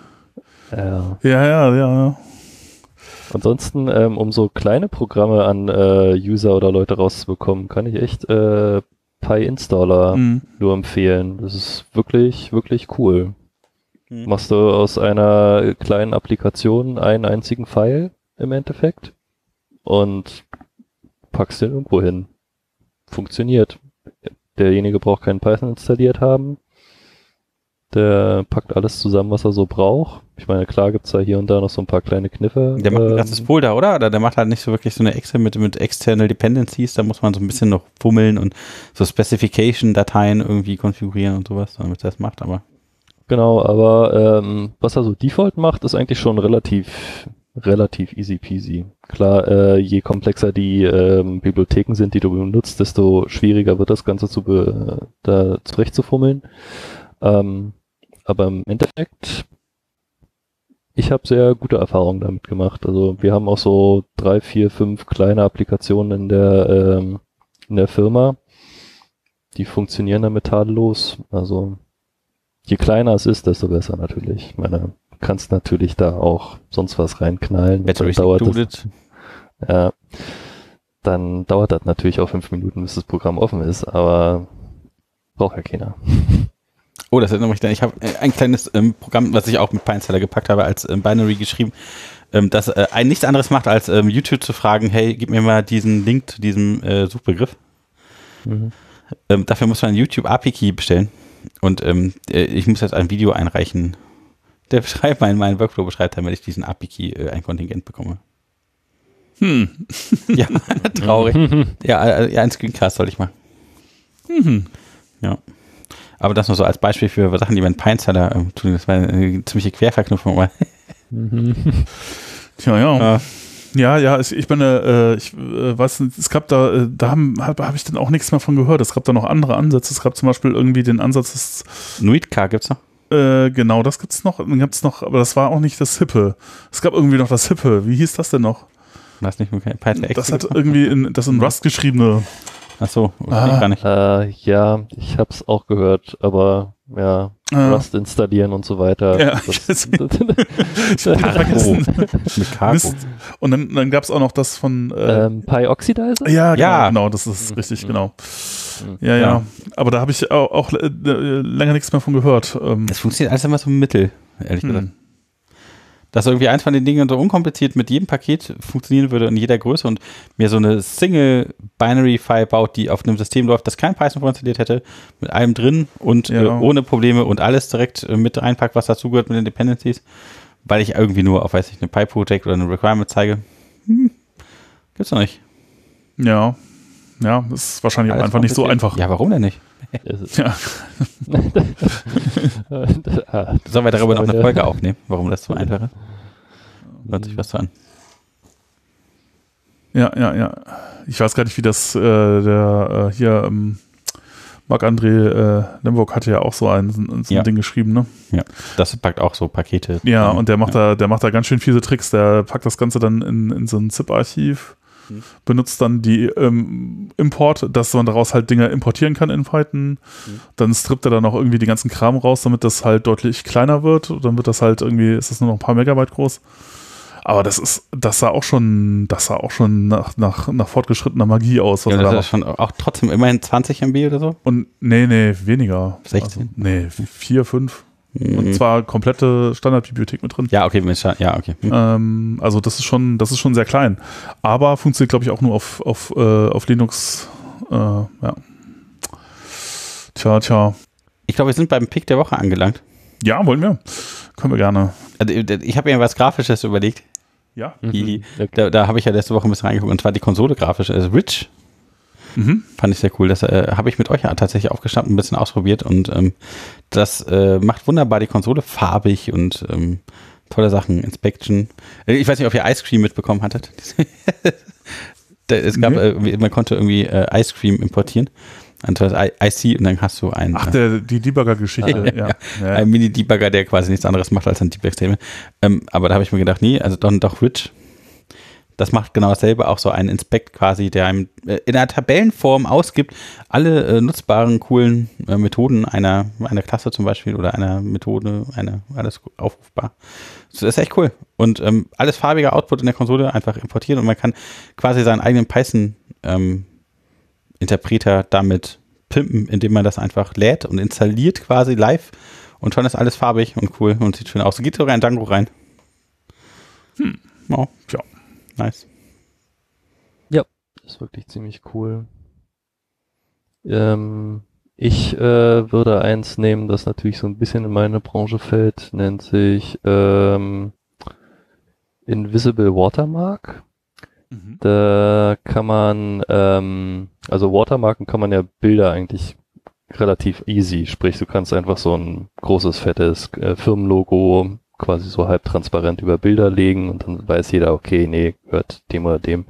Ja, ja, ja. ja. Ansonsten, ähm, um so kleine Programme an äh, User oder Leute rauszubekommen, kann ich echt äh, PyInstaller mhm. nur empfehlen. Das ist wirklich, wirklich cool. Mhm. Machst du aus einer kleinen Applikation einen einzigen File im Endeffekt und packst den irgendwo hin. Funktioniert. Derjenige braucht keinen Python installiert haben. Der packt alles zusammen, was er so braucht. Ich meine, klar gibt's da hier und da noch so ein paar kleine Kniffe. Der macht ein ähm, ganzes Folder, oder? Oder der macht halt nicht so wirklich so eine Excel mit, mit External Dependencies. Da muss man so ein bisschen noch fummeln und so Specification-Dateien irgendwie konfigurieren und sowas, damit er das macht, aber. Genau, aber ähm, was er so Default macht, ist eigentlich schon relativ relativ easy peasy. Klar, äh, je komplexer die ähm, Bibliotheken sind, die du benutzt, desto schwieriger wird das Ganze zu be- da zurechtzufummeln. Ähm, aber im Endeffekt, ich habe sehr gute Erfahrungen damit gemacht. Also wir haben auch so drei, vier, fünf kleine Applikationen in der ähm, in der Firma, die funktionieren damit tadellos. Also je kleiner es ist, desto besser natürlich. Ich meine, du kannst natürlich da auch sonst was reinknallen. Dann dauert das, ja, dann dauert das natürlich auch fünf Minuten, bis das Programm offen ist, aber braucht ja keiner. Oh, das erinnert mich dann. Ich habe ein kleines ähm, Programm, was ich auch mit PyInstaller gepackt habe, als ähm, Binary geschrieben, ähm, das äh, ein nichts anderes macht, als ähm, YouTube zu fragen, hey, gib mir mal diesen Link zu diesem äh, Suchbegriff. Mhm. Ähm, dafür muss man einen YouTube-A P I-Key bestellen. Und ähm, äh, ich muss jetzt ein Video einreichen. Der beschreibt mein, mein Workflow beschreibt, damit ich diesen A P I-Key äh, ein Kontingent bekomme. Hm. Ja, traurig. ja, äh, ja, ein Screencast soll ich machen. Mhm. Ja. Aber das nur so als Beispiel für Sachen, die man in PyInstaller äh, tun. Das war eine ziemliche Querverknüpfung. Aber Tja, ja. Äh. Ja, ja, ich, ich bin, äh, ich äh, weiß nicht, es gab da, äh, da habe hab, hab ich dann auch nichts mehr von gehört. Es gab da noch andere Ansätze. Es gab zum Beispiel irgendwie den Ansatz, dass Nuitka gibt's noch? Äh, genau, das gibt's noch. Dann gibt's noch, aber das war auch nicht das Hippe. Es gab irgendwie noch das Hippe. Wie hieß das denn noch? Weiß nicht, okay. Python das hat irgendwie in, das in Rust geschriebene. Ach so, okay, ah, gar nicht. Äh, ja, ich hab's auch gehört, aber ja, ah. Rust installieren und so weiter. Ja, das, ich hab vergessen. Mit Cargo. Und dann, dann gab's auch noch das von äh, ähm, PyOxidizer? Ja, genau, ja. genau, das ist richtig, mhm. genau. Ja, ja, ja. Aber da habe ich auch, auch äh, länger nichts mehr von gehört. Ähm, es funktioniert alles immer so im Mittel, ehrlich hm. gesagt. Dass irgendwie eins von den Dingen so unkompliziert mit jedem Paket funktionieren würde in jeder Größe und mir so eine Single-Binary-File baut, die auf einem System läuft, das kein Python vorinstalliert hätte, mit allem drin und ja. äh, ohne Probleme und alles direkt äh, mit reinpackt, was dazugehört mit den Dependencies, weil ich irgendwie nur auf, weiß ich, eine Py-Project oder eine Requirement zeige. Hm, gibt's noch nicht. Ja, ja, das ist wahrscheinlich alles auch einfach nicht so einfach. Ja, warum denn nicht? Ja. Sollen wir darüber noch eine Folge aufnehmen, warum das so einfach ist? Hört sich was so an. Ja, ja, ja. Ich weiß gar nicht, wie das äh, der äh, hier ähm, Marc-André äh, Lemburg hatte ja auch so ein, so ein ja. Ding geschrieben, ne? Ja, das packt auch so Pakete. Ja, und der macht ja. da, der macht da ganz schön fiese Tricks. Der packt das Ganze dann in, in so ein ZIP-Archiv, hm. benutzt dann die ähm, Import, dass man daraus halt Dinge importieren kann in Python. Hm. Dann strippt er dann auch irgendwie die ganzen Kram raus, damit das halt deutlich kleiner wird. Und dann wird das halt irgendwie, ist das nur noch ein paar Megabyte groß. Aber das ist, das sah auch schon, das sah auch schon nach, nach, nach fortgeschrittener Magie aus. Was ja, das da ist schon auch trotzdem immerhin zwanzig Megabyte oder so? Und nee, nee, weniger. sechzehn? Also, nee, vier, fünf. Mhm. Und zwar komplette Standardbibliothek mit drin. Ja, okay, mit Stand, ja, okay. Mhm. Ähm, also das ist schon, das ist schon sehr klein. Aber funktioniert, glaube ich, auch nur auf, auf, äh, auf Linux. Äh, ja. Tja, tja. Ich glaube, wir sind beim Pick der Woche angelangt. Ja, wollen wir. Können wir gerne. Also, ich habe mir was Grafisches überlegt. Ja. Die, okay. Da, da habe ich ja letzte Woche ein bisschen reingeguckt, und zwar die Konsole grafisch, also Rich. Mhm. Fand ich sehr cool. Das äh, habe ich mit euch ja tatsächlich aufgeschnappt und ein bisschen ausprobiert, und ähm, das äh, macht wunderbar die Konsole farbig und ähm, tolle Sachen. Inspection. Ich weiß nicht, ob ihr Ice Cream mitbekommen hattet. Es gab, nee. äh, man konnte irgendwie äh, Ice Cream importieren. Und das I C, und dann hast du einen. Ach, der, die Debugger-Geschichte, ja. ja. ja. Ein Mini-Debugger, der quasi nichts anderes macht als ein Debug-Table. Ähm, aber da habe ich mir gedacht, nee, also doch, doch Rich. Das macht genau dasselbe, auch so ein Inspect quasi, der einem äh, in einer Tabellenform ausgibt, alle äh, nutzbaren, coolen äh, Methoden einer, einer Klasse zum Beispiel oder einer Methode, eine, alles aufrufbar. Das ist echt cool. Und ähm, alles farbiger Output in der Konsole einfach importieren, und man kann quasi seinen eigenen Python ähm, Interpreter damit pimpen, indem man das einfach lädt und installiert quasi live, und schon ist alles farbig und cool und sieht schön aus. Geht sogar in Django rein. Hm. Oh, ja. Nice. Ja, ist wirklich ziemlich cool. Ähm, ich äh, würde eins nehmen, das natürlich so ein bisschen in meine Branche fällt, nennt sich ähm, Invisible Watermark. Mhm. Da kann man, ähm, also Watermarken kann man ja Bilder eigentlich relativ easy, sprich du kannst einfach so ein großes, fettes äh, Firmenlogo quasi so halbtransparent über Bilder legen, und dann weiß jeder, okay, nee, gehört dem oder dem.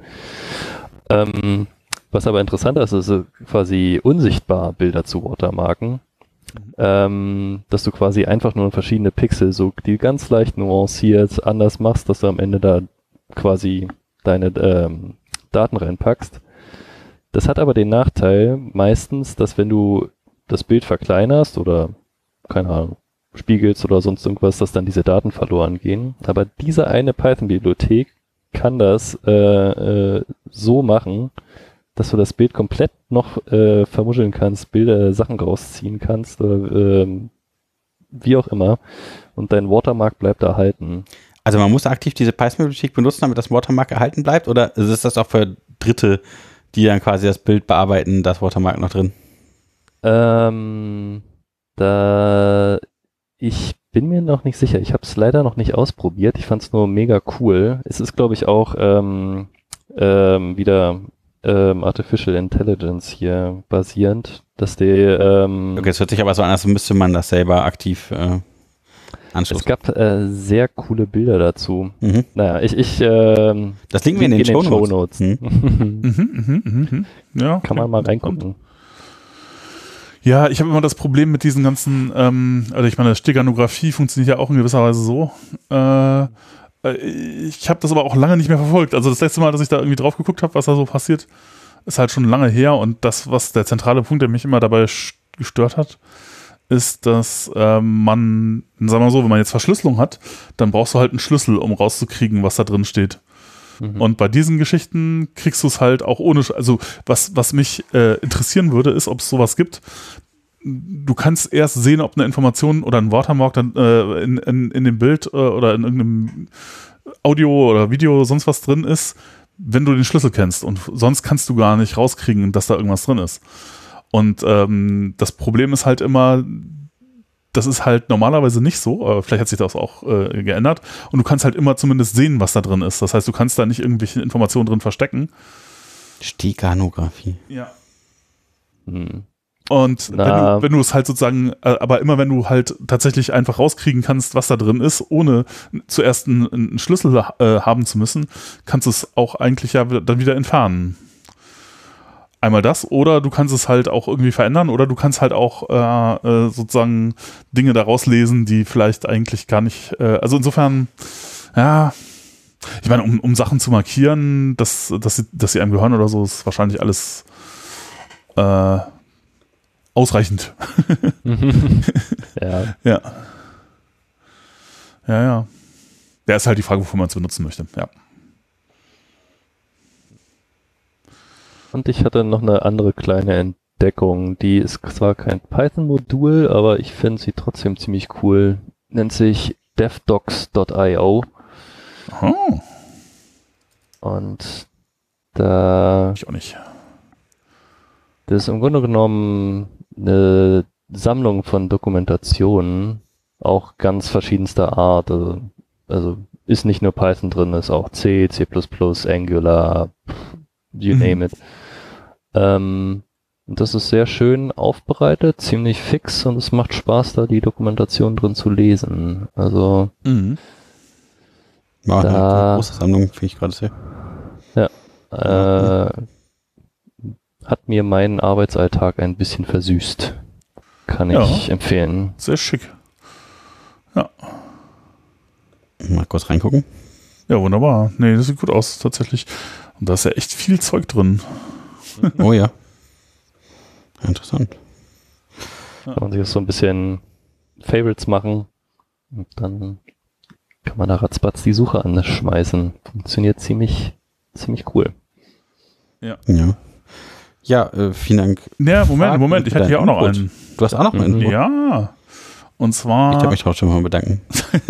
Ähm, was aber interessanter ist, ist so quasi unsichtbar Bilder zu Watermarken, mhm. ähm, dass du quasi einfach nur verschiedene Pixel so die ganz leicht nuanciert anders machst, dass du am Ende da quasi deine ähm, Daten reinpackst. Das hat aber den Nachteil meistens, dass wenn du das Bild verkleinerst oder, keine Ahnung, spiegelst oder sonst irgendwas, dass dann diese Daten verloren gehen. Aber diese eine Python-Bibliothek kann das äh, äh, so machen, dass du das Bild komplett noch äh, vermuscheln kannst, Bilder, Sachen rausziehen kannst oder äh, wie auch immer, und dein Watermark bleibt erhalten. Also man muss aktiv diese Python-Bibliothek benutzen, damit das Watermark erhalten bleibt, oder ist das auch für Dritte, die dann quasi das Bild bearbeiten, das Watermark noch drin? Ähm, da ich bin mir noch nicht sicher. Ich habe es leider noch nicht ausprobiert. Ich fand es nur mega cool. Es ist, glaube ich, auch ähm, ähm, wieder ähm, Artificial Intelligence hier basierend, dass die ähm, okay, es hört sich aber so an, als müsste man das selber aktiv äh, anstoßen. Es gab äh, sehr coole Bilder dazu. Mhm. Naja, ich, ich ähm, das linken wir in den, den Shownotes. Show mhm. mhm, mhm, mhm. Ja, kann man mal reingucken. Ja, ich habe immer das Problem mit diesen ganzen, ähm, also ich meine, Steganographie funktioniert ja auch in gewisser Weise so. Äh, ich habe das aber auch lange nicht mehr verfolgt. Also das letzte Mal, dass ich da irgendwie drauf geguckt habe, was da so passiert, ist halt schon lange her. Und das, was der zentrale Punkt, der mich immer dabei gestört hat, ist, dass äh, man, sagen wir mal so, wenn man jetzt Verschlüsselung hat, dann brauchst du halt einen Schlüssel, um rauszukriegen, was da drin steht. Mhm. Und bei diesen Geschichten kriegst du es halt auch ohne, also was, was mich äh, interessieren würde, ist, ob es sowas gibt. Du kannst erst sehen, ob eine Information oder ein Watermark dann äh, in, in, in dem Bild äh, oder in irgendeinem Audio oder Video sonst was drin ist, wenn du den Schlüssel kennst. Und sonst kannst du gar nicht rauskriegen, dass da irgendwas drin ist. Und ähm, das Problem ist halt immer, das ist halt normalerweise nicht so, aber vielleicht hat sich das auch äh, geändert, und du kannst halt immer zumindest sehen, was da drin ist. Das heißt, du kannst da nicht irgendwelche Informationen drin verstecken. Steganographie. Ja. Hm. Und wenn du, wenn du es halt sozusagen, äh, aber immer wenn du halt tatsächlich einfach rauskriegen kannst, was da drin ist, ohne zuerst einen, einen Schlüssel äh, haben zu müssen, kannst du es auch eigentlich ja dann wieder entfernen. Einmal das, oder du kannst es halt auch irgendwie verändern, oder du kannst halt auch äh, sozusagen Dinge daraus lesen, die vielleicht eigentlich gar nicht, äh, also insofern, ja, ich meine, um, um Sachen zu markieren, dass, dass, sie, dass sie einem gehören oder so, ist wahrscheinlich alles äh, ausreichend. ja. Ja. Ja, ja. Ja, ist halt die Frage, wofür man es benutzen möchte, ja. Und ich hatte noch eine andere kleine Entdeckung, die ist zwar kein Python-Modul, aber ich finde sie trotzdem ziemlich cool. Nennt sich devdocs Punkt io. Oh. Und da... Ich auch nicht. Das ist im Grunde genommen eine Sammlung von Dokumentationen, auch ganz verschiedenster Art. Also, also ist nicht nur Python drin, ist auch C, C plus plus, Angular, you name it. Ähm, das ist sehr schön aufbereitet, ziemlich fix, und es macht Spaß, da die Dokumentation drin zu lesen. Also mhm. Ja, da, eine große Sammlung, finde ich gerade sehr. Ja, äh, hat mir meinen Arbeitsalltag ein bisschen versüßt. Kann ich ja, empfehlen. Sehr schick. Ja. Mal kurz reingucken. Ja, wunderbar. Nee, das sieht gut aus, tatsächlich. Und da ist ja echt viel Zeug drin. Oh ja. Interessant. Kann man sich das so ein bisschen Favorites machen und dann kann man da ratzbatz die Suche anschmeißen. Funktioniert ziemlich, ziemlich cool. Ja. Ja. Ja, äh, vielen Dank. Ja, Moment, Moment, ich hatte hier auch noch Input. einen. Du hast auch noch einen? Mhm. Ja. Und zwar. Ich darf mich trotzdem mal bedanken.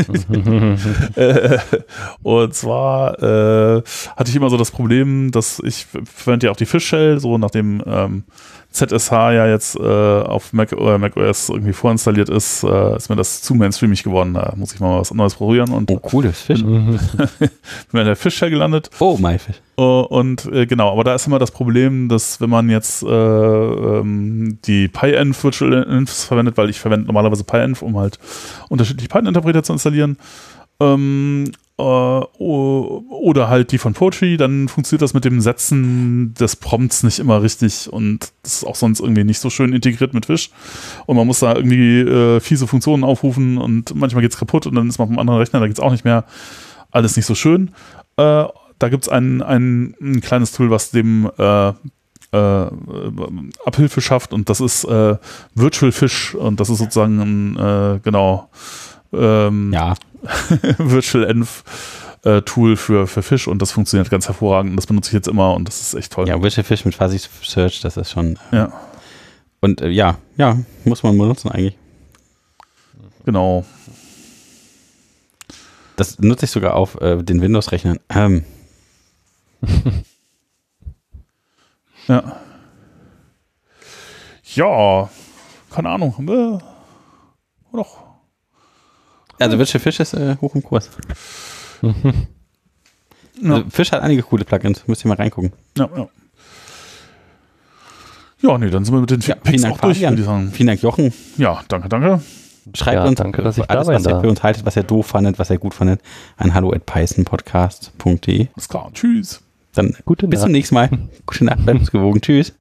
äh, und zwar äh, hatte ich immer so das Problem, dass ich verwende ja auch die Fish-Shell, so nachdem ähm, Z S H ja jetzt äh, auf Mac oder macOS irgendwie vorinstalliert ist, äh, ist mir das zu mainstreamig geworden. Da muss ich mal was Neues probieren. Und oh, cooles Fisch. bin in der Fish-Shell gelandet. Oh, mein Fisch. Uh, und äh, genau, aber da ist immer das Problem, dass wenn man jetzt äh, ähm, die PyEnv Virtual Infs verwendet, weil ich verwende normalerweise PyEnv, um halt unterschiedliche Python-Interpreter zu installieren, ähm, äh, oder halt die von Poetry, dann funktioniert das mit dem Setzen des Prompts nicht immer richtig, und das ist auch sonst irgendwie nicht so schön integriert mit Fish, und man muss da irgendwie äh, fiese Funktionen aufrufen, und manchmal geht's kaputt, und dann ist man vom anderen Rechner, da geht's auch nicht mehr. Alles nicht so schön. Äh, Da gibt es ein, ein, ein kleines Tool, was dem äh, äh, Abhilfe schafft, und das ist äh, Virtual Fish, und das ist sozusagen ein, äh, genau, ähm, ja. Virtual Env äh, Tool für, für Fish, und das funktioniert ganz hervorragend, und das benutze ich jetzt immer, und das ist echt toll. Ja, Virtual Fish mit Fuzzy Search, das ist schon. Äh, ja. Und äh, ja, ja, muss man benutzen eigentlich. Genau. Das nutze ich sogar auf äh, den Windows-Rechnern. Ähm. Ja. Ja, keine Ahnung. Äh, doch. Also Virtual Fish ist äh, hoch im Kurs. Ja. Also Fish hat einige coole Plugins, müsst ihr mal reingucken. Ja, ja. Ja, nee, dann sind wir mit den ja, Picks Dank, auch durch, Fabian. würde ich sagen. Vielen Dank, Jochen. Ja, danke, danke. Schreibt ja, uns danke, dass ich alles, da was ihr da. für uns haltet, was ihr doof fandet, was ihr gut fandet, an hallo at pythonpodcast punkt de. Alles klar, tschüss. Dann Gute bis Nacht. zum nächsten Mal. Gute Nacht, bleibt uns gewogen. Tschüss.